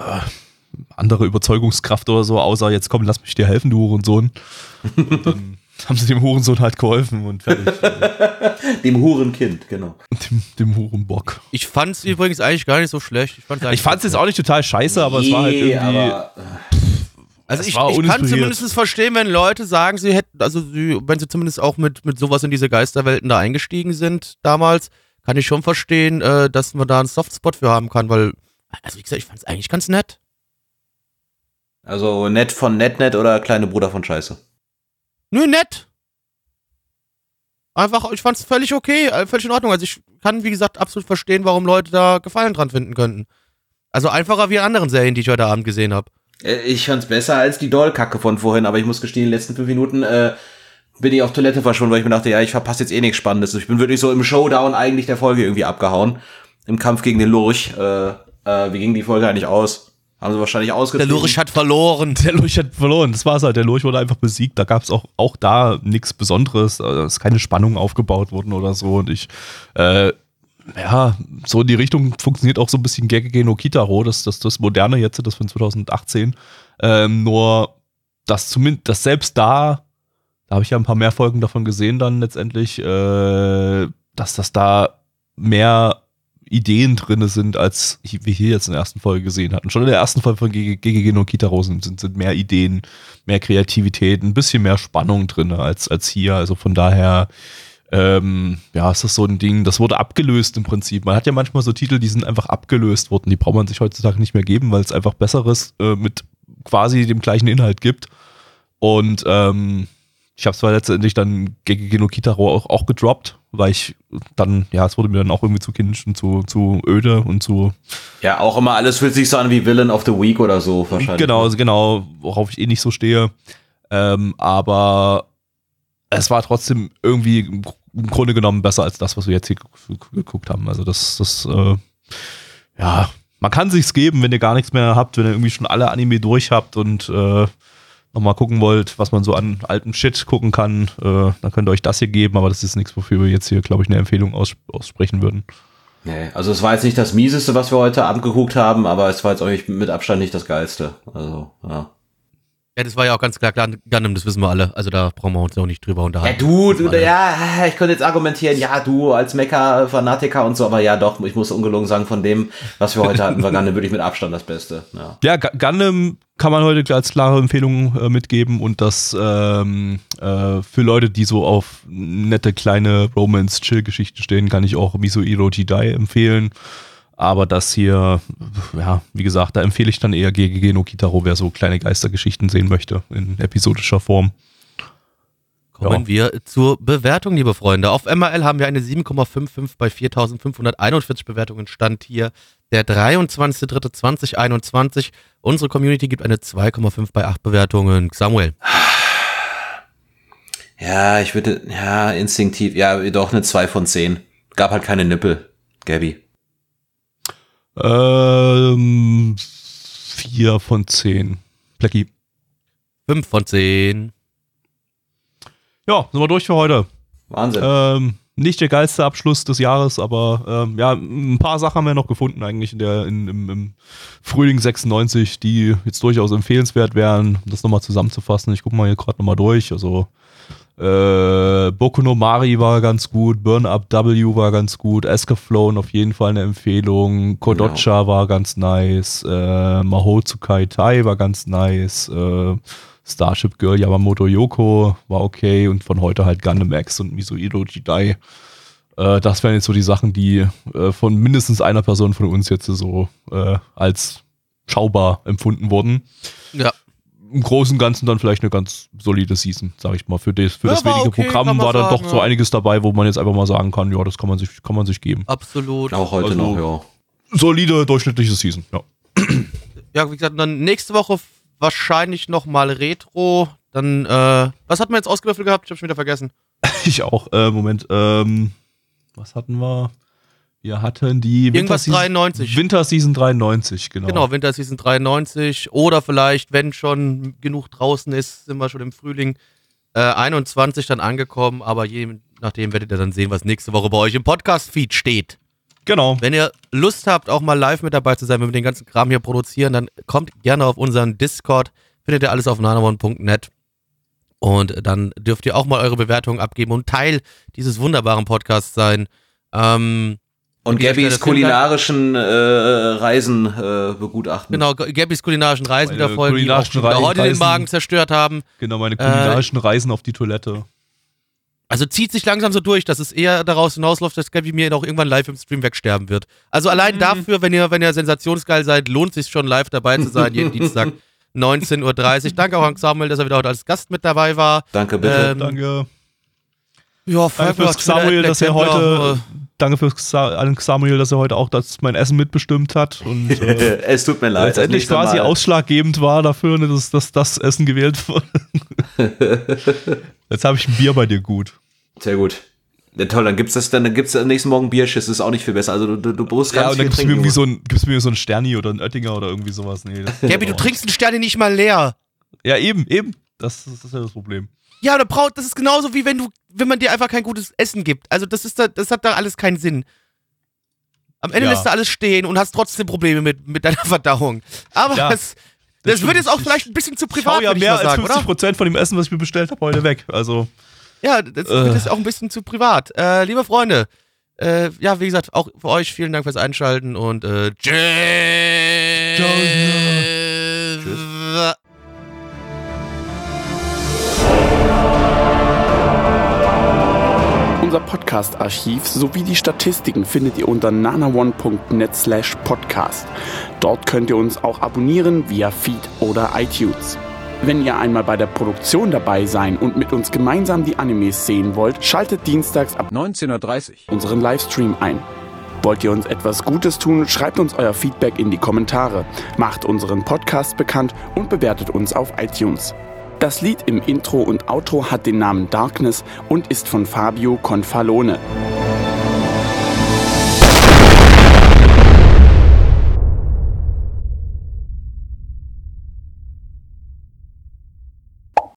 [SPEAKER 3] andere Überzeugungskraft oder so, außer jetzt komm, lass mich dir helfen, du Hurensohn. Und dann Haben sie dem Hurensohn halt geholfen und fertig.
[SPEAKER 4] Dem Hurenkind, genau.
[SPEAKER 3] Dem Hurenbock.
[SPEAKER 2] Ich fand es übrigens eigentlich gar nicht so schlecht. Ich fand es
[SPEAKER 3] jetzt auch nicht total scheiße, aber es war halt irgendwie...
[SPEAKER 2] Also ich kann zumindest verstehen, wenn Leute sagen, sie hätten, wenn sie zumindest auch mit sowas in diese Geisterwelten da eingestiegen sind damals, kann ich schon verstehen, dass man da einen Softspot für haben kann, weil, also wie gesagt, ich fand es eigentlich ganz nett.
[SPEAKER 4] Also nett von Net oder kleine Bruder von Scheiße?
[SPEAKER 2] Nö, nett. Einfach, ich fand es völlig okay, völlig in Ordnung. Also ich kann, wie gesagt, absolut verstehen, warum Leute da Gefallen dran finden könnten. Also einfacher wie in anderen Serien, die ich heute Abend gesehen habe.
[SPEAKER 4] Ich fand's besser als die Doll-Kacke von vorhin, aber ich muss gestehen, in den letzten 5 Minuten bin ich auf Toilette verschwunden, weil ich mir dachte, ja, ich verpasse jetzt eh nichts Spannendes. Ich bin wirklich so im Showdown eigentlich der Folge irgendwie abgehauen. Im Kampf gegen den Lurch. Wie ging die Folge eigentlich aus? Haben sie wahrscheinlich ausgezogen.
[SPEAKER 2] Der Lurch hat verloren.
[SPEAKER 3] Das war's halt. Der Lurch wurde einfach besiegt. Da gab's auch da nichts Besonderes. Es ist keine Spannung aufgebaut worden oder so. Und ich, so in die Richtung funktioniert auch so ein bisschen Gegege no Kitaro, das moderne jetzt, das von 2018. Nur, dass selbst da habe ich ja ein paar mehr Folgen davon gesehen dann letztendlich, dass das da mehr Ideen drin sind, als wir hier jetzt in der ersten Folge gesehen hatten. Schon in der ersten Folge von Gegege no Kitaro sind mehr Ideen, mehr Kreativität, ein bisschen mehr Spannung drin als hier. Also von daher ist das so ein Ding, das wurde abgelöst im Prinzip. Man hat ja manchmal so Titel, die sind einfach abgelöst worden. Die braucht man sich heutzutage nicht mehr geben, weil es einfach Besseres mit quasi dem gleichen Inhalt gibt. Und ich habe zwar letztendlich dann Gegege no Kitaro auch gedroppt, weil ich dann, es wurde mir dann auch irgendwie zu kindisch und zu öde und zu...
[SPEAKER 4] Ja, auch immer alles fühlt sich so an wie Villain of the Week oder so wahrscheinlich.
[SPEAKER 3] Genau, worauf ich nicht so stehe. Aber es war trotzdem irgendwie im Grunde genommen besser als das, was wir jetzt hier geguckt haben. Also man kann sich's geben, wenn ihr gar nichts mehr habt, wenn ihr irgendwie schon alle Anime durch habt und nochmal gucken wollt, was man so an alten Shit gucken kann, dann könnt ihr euch das hier geben, aber das ist nichts, wofür wir jetzt hier, glaube ich, eine Empfehlung aussprechen würden.
[SPEAKER 4] Nee, also es war jetzt nicht das Mieseste, was wir heute Abend geguckt haben, aber es war jetzt auch mit Abstand nicht das Geilste. Also, ja.
[SPEAKER 2] Ja, das war ja auch ganz klar Gundam, das wissen wir alle. Also da brauchen wir uns auch nicht drüber unterhalten.
[SPEAKER 4] Ich könnte jetzt argumentieren, du als Mecha-Fanatiker und so, aber ja doch, ich muss ungelogen sagen, von dem, was wir heute hatten, war Gundam wirklich mit Abstand das Beste. Ja,
[SPEAKER 3] Gundam kann man heute als klare Empfehlung mitgeben und das für Leute, die so auf nette kleine Romance-Chill-Geschichten stehen, kann ich auch Misoiro Jidai empfehlen. Aber das hier, wie gesagt, da empfehle ich dann eher Gegege no Kitaro, wer so kleine Geistergeschichten sehen möchte in episodischer Form.
[SPEAKER 2] Kommen wir zur Bewertung, liebe Freunde. Auf MRL haben wir eine 7,55 bei 4.541 Bewertungen. Stand hier der 23.03.2021. Unsere Community gibt eine 2,5 bei 8 Bewertungen. Samuel.
[SPEAKER 4] Ja, ich würde, instinktiv, doch eine 2 von 10. Gab halt keine Nippel, Gabby.
[SPEAKER 3] 4 von 10. Blackie.
[SPEAKER 2] 5 von 10.
[SPEAKER 3] Ja, sind wir durch für heute.
[SPEAKER 4] Wahnsinn.
[SPEAKER 3] Nicht der geilste Abschluss des Jahres, aber ein paar Sachen haben wir noch gefunden eigentlich im Frühling 96, die jetzt durchaus empfehlenswert wären, um das nochmal zusammenzufassen. Ich gucke mal hier gerade nochmal durch. Also Boku no Mari war ganz gut, Burn Up W war ganz gut, Escaflowne auf jeden Fall eine Empfehlung, Kodocha war ganz nice, Mahou Tsukai Tai war ganz nice, Starship Girl Yamamoto Yoko war okay und von heute halt Gundam X und Misoiro Jidai. Das wären jetzt so die Sachen, die von mindestens einer Person von uns jetzt so als schaubar empfunden wurden.
[SPEAKER 2] Ja.
[SPEAKER 3] Im Großen und Ganzen dann vielleicht eine ganz solide Season, sag ich mal. Für das wenige Programm war dann doch so einiges dabei, wo man jetzt einfach mal sagen kann, ja, das kann man sich geben.
[SPEAKER 2] Absolut.
[SPEAKER 4] Auch heute noch, ja.
[SPEAKER 3] Solide, durchschnittliche Season, ja.
[SPEAKER 2] Ja, wie gesagt, dann nächste Woche wahrscheinlich nochmal Retro. Dann, was hatten wir jetzt ausgewürfelt gehabt? Ich hab's schon wieder vergessen.
[SPEAKER 3] Ich auch. Moment, was hatten wir? Wir hatten die
[SPEAKER 2] irgendwas 93.
[SPEAKER 3] Winterseason 93, genau.
[SPEAKER 2] Genau, Winterseason 93. Oder vielleicht, wenn schon genug draußen ist, sind wir schon im Frühling 21 dann angekommen. Aber je nachdem werdet ihr dann sehen, was nächste Woche bei euch im Podcast-Feed steht.
[SPEAKER 3] Genau.
[SPEAKER 2] Wenn ihr Lust habt, auch mal live mit dabei zu sein, wenn wir den ganzen Kram hier produzieren, dann kommt gerne auf unseren Discord. Findet ihr alles auf nanamon.net. Und dann dürft ihr auch mal eure Bewertung abgeben und Teil dieses wunderbaren Podcasts sein.
[SPEAKER 4] Und Gabbys kulinarischen Reisen begutachten.
[SPEAKER 2] Genau, Gabbys kulinarischen Reisen wieder folgen, die auch heute den Magen zerstört haben.
[SPEAKER 3] Genau, meine kulinarischen Reisen auf die Toilette.
[SPEAKER 2] Also zieht sich langsam so durch, dass es eher daraus hinausläuft, dass Gabby mir auch irgendwann live im Stream wegsterben wird. Also allein dafür, wenn ihr sensationsgeil seid, lohnt es sich schon live dabei zu sein, jeden Dienstag 19.30 Uhr. Danke auch an Samuel, dass er wieder heute als Gast mit dabei war.
[SPEAKER 4] Danke, bitte.
[SPEAKER 3] Danke.
[SPEAKER 2] Ja,
[SPEAKER 3] danke fürs Samuel, dass er heute... Danke an Samuel, dass er heute auch mein Essen mitbestimmt hat. Und,
[SPEAKER 4] es tut mir leid.
[SPEAKER 3] Letztendlich quasi ausschlaggebend war dafür, dass das Essen gewählt wurde. Jetzt habe ich ein Bier bei dir gut.
[SPEAKER 4] Sehr gut. Ja, toll, dann gibt's am nächsten Morgen Bierschiss, das ist auch nicht viel besser. Also du musst ganz viel trinken.
[SPEAKER 3] Und dann gibst du mir so ein Sterni oder ein Oettinger oder irgendwie sowas. Nee,
[SPEAKER 2] Gabby, du trinkst einen Sterni nicht mal leer.
[SPEAKER 3] Ja, eben. Das ist ja das Problem.
[SPEAKER 2] Ja, das ist genauso wie wenn man dir einfach kein gutes Essen gibt. Also das hat da alles keinen Sinn. Am Ende lässt du alles stehen und hast trotzdem Probleme mit deiner Verdauung. Aber das wird jetzt auch vielleicht ein bisschen zu privat,
[SPEAKER 3] würde ich mal sagen, mehr als 50% von dem Essen, was ich mir bestellt habe, heute weg. Also
[SPEAKER 2] ja, das wird jetzt auch ein bisschen zu privat. Liebe Freunde, ja, wie gesagt, auch für euch vielen Dank fürs Einschalten und tschüss.
[SPEAKER 7] Unser Podcast-Archiv sowie die Statistiken findet ihr unter nanaone.net/podcast. Dort könnt ihr uns auch abonnieren via Feed oder iTunes. Wenn ihr einmal bei der Produktion dabei sein und mit uns gemeinsam die Animes sehen wollt, schaltet dienstags ab 19.30 Uhr unseren Livestream ein. Wollt ihr uns etwas Gutes tun, schreibt uns euer Feedback in die Kommentare, macht unseren Podcast bekannt und bewertet uns auf iTunes. Das Lied im Intro und Outro hat den Namen Darkness und ist von Fabio Confalone.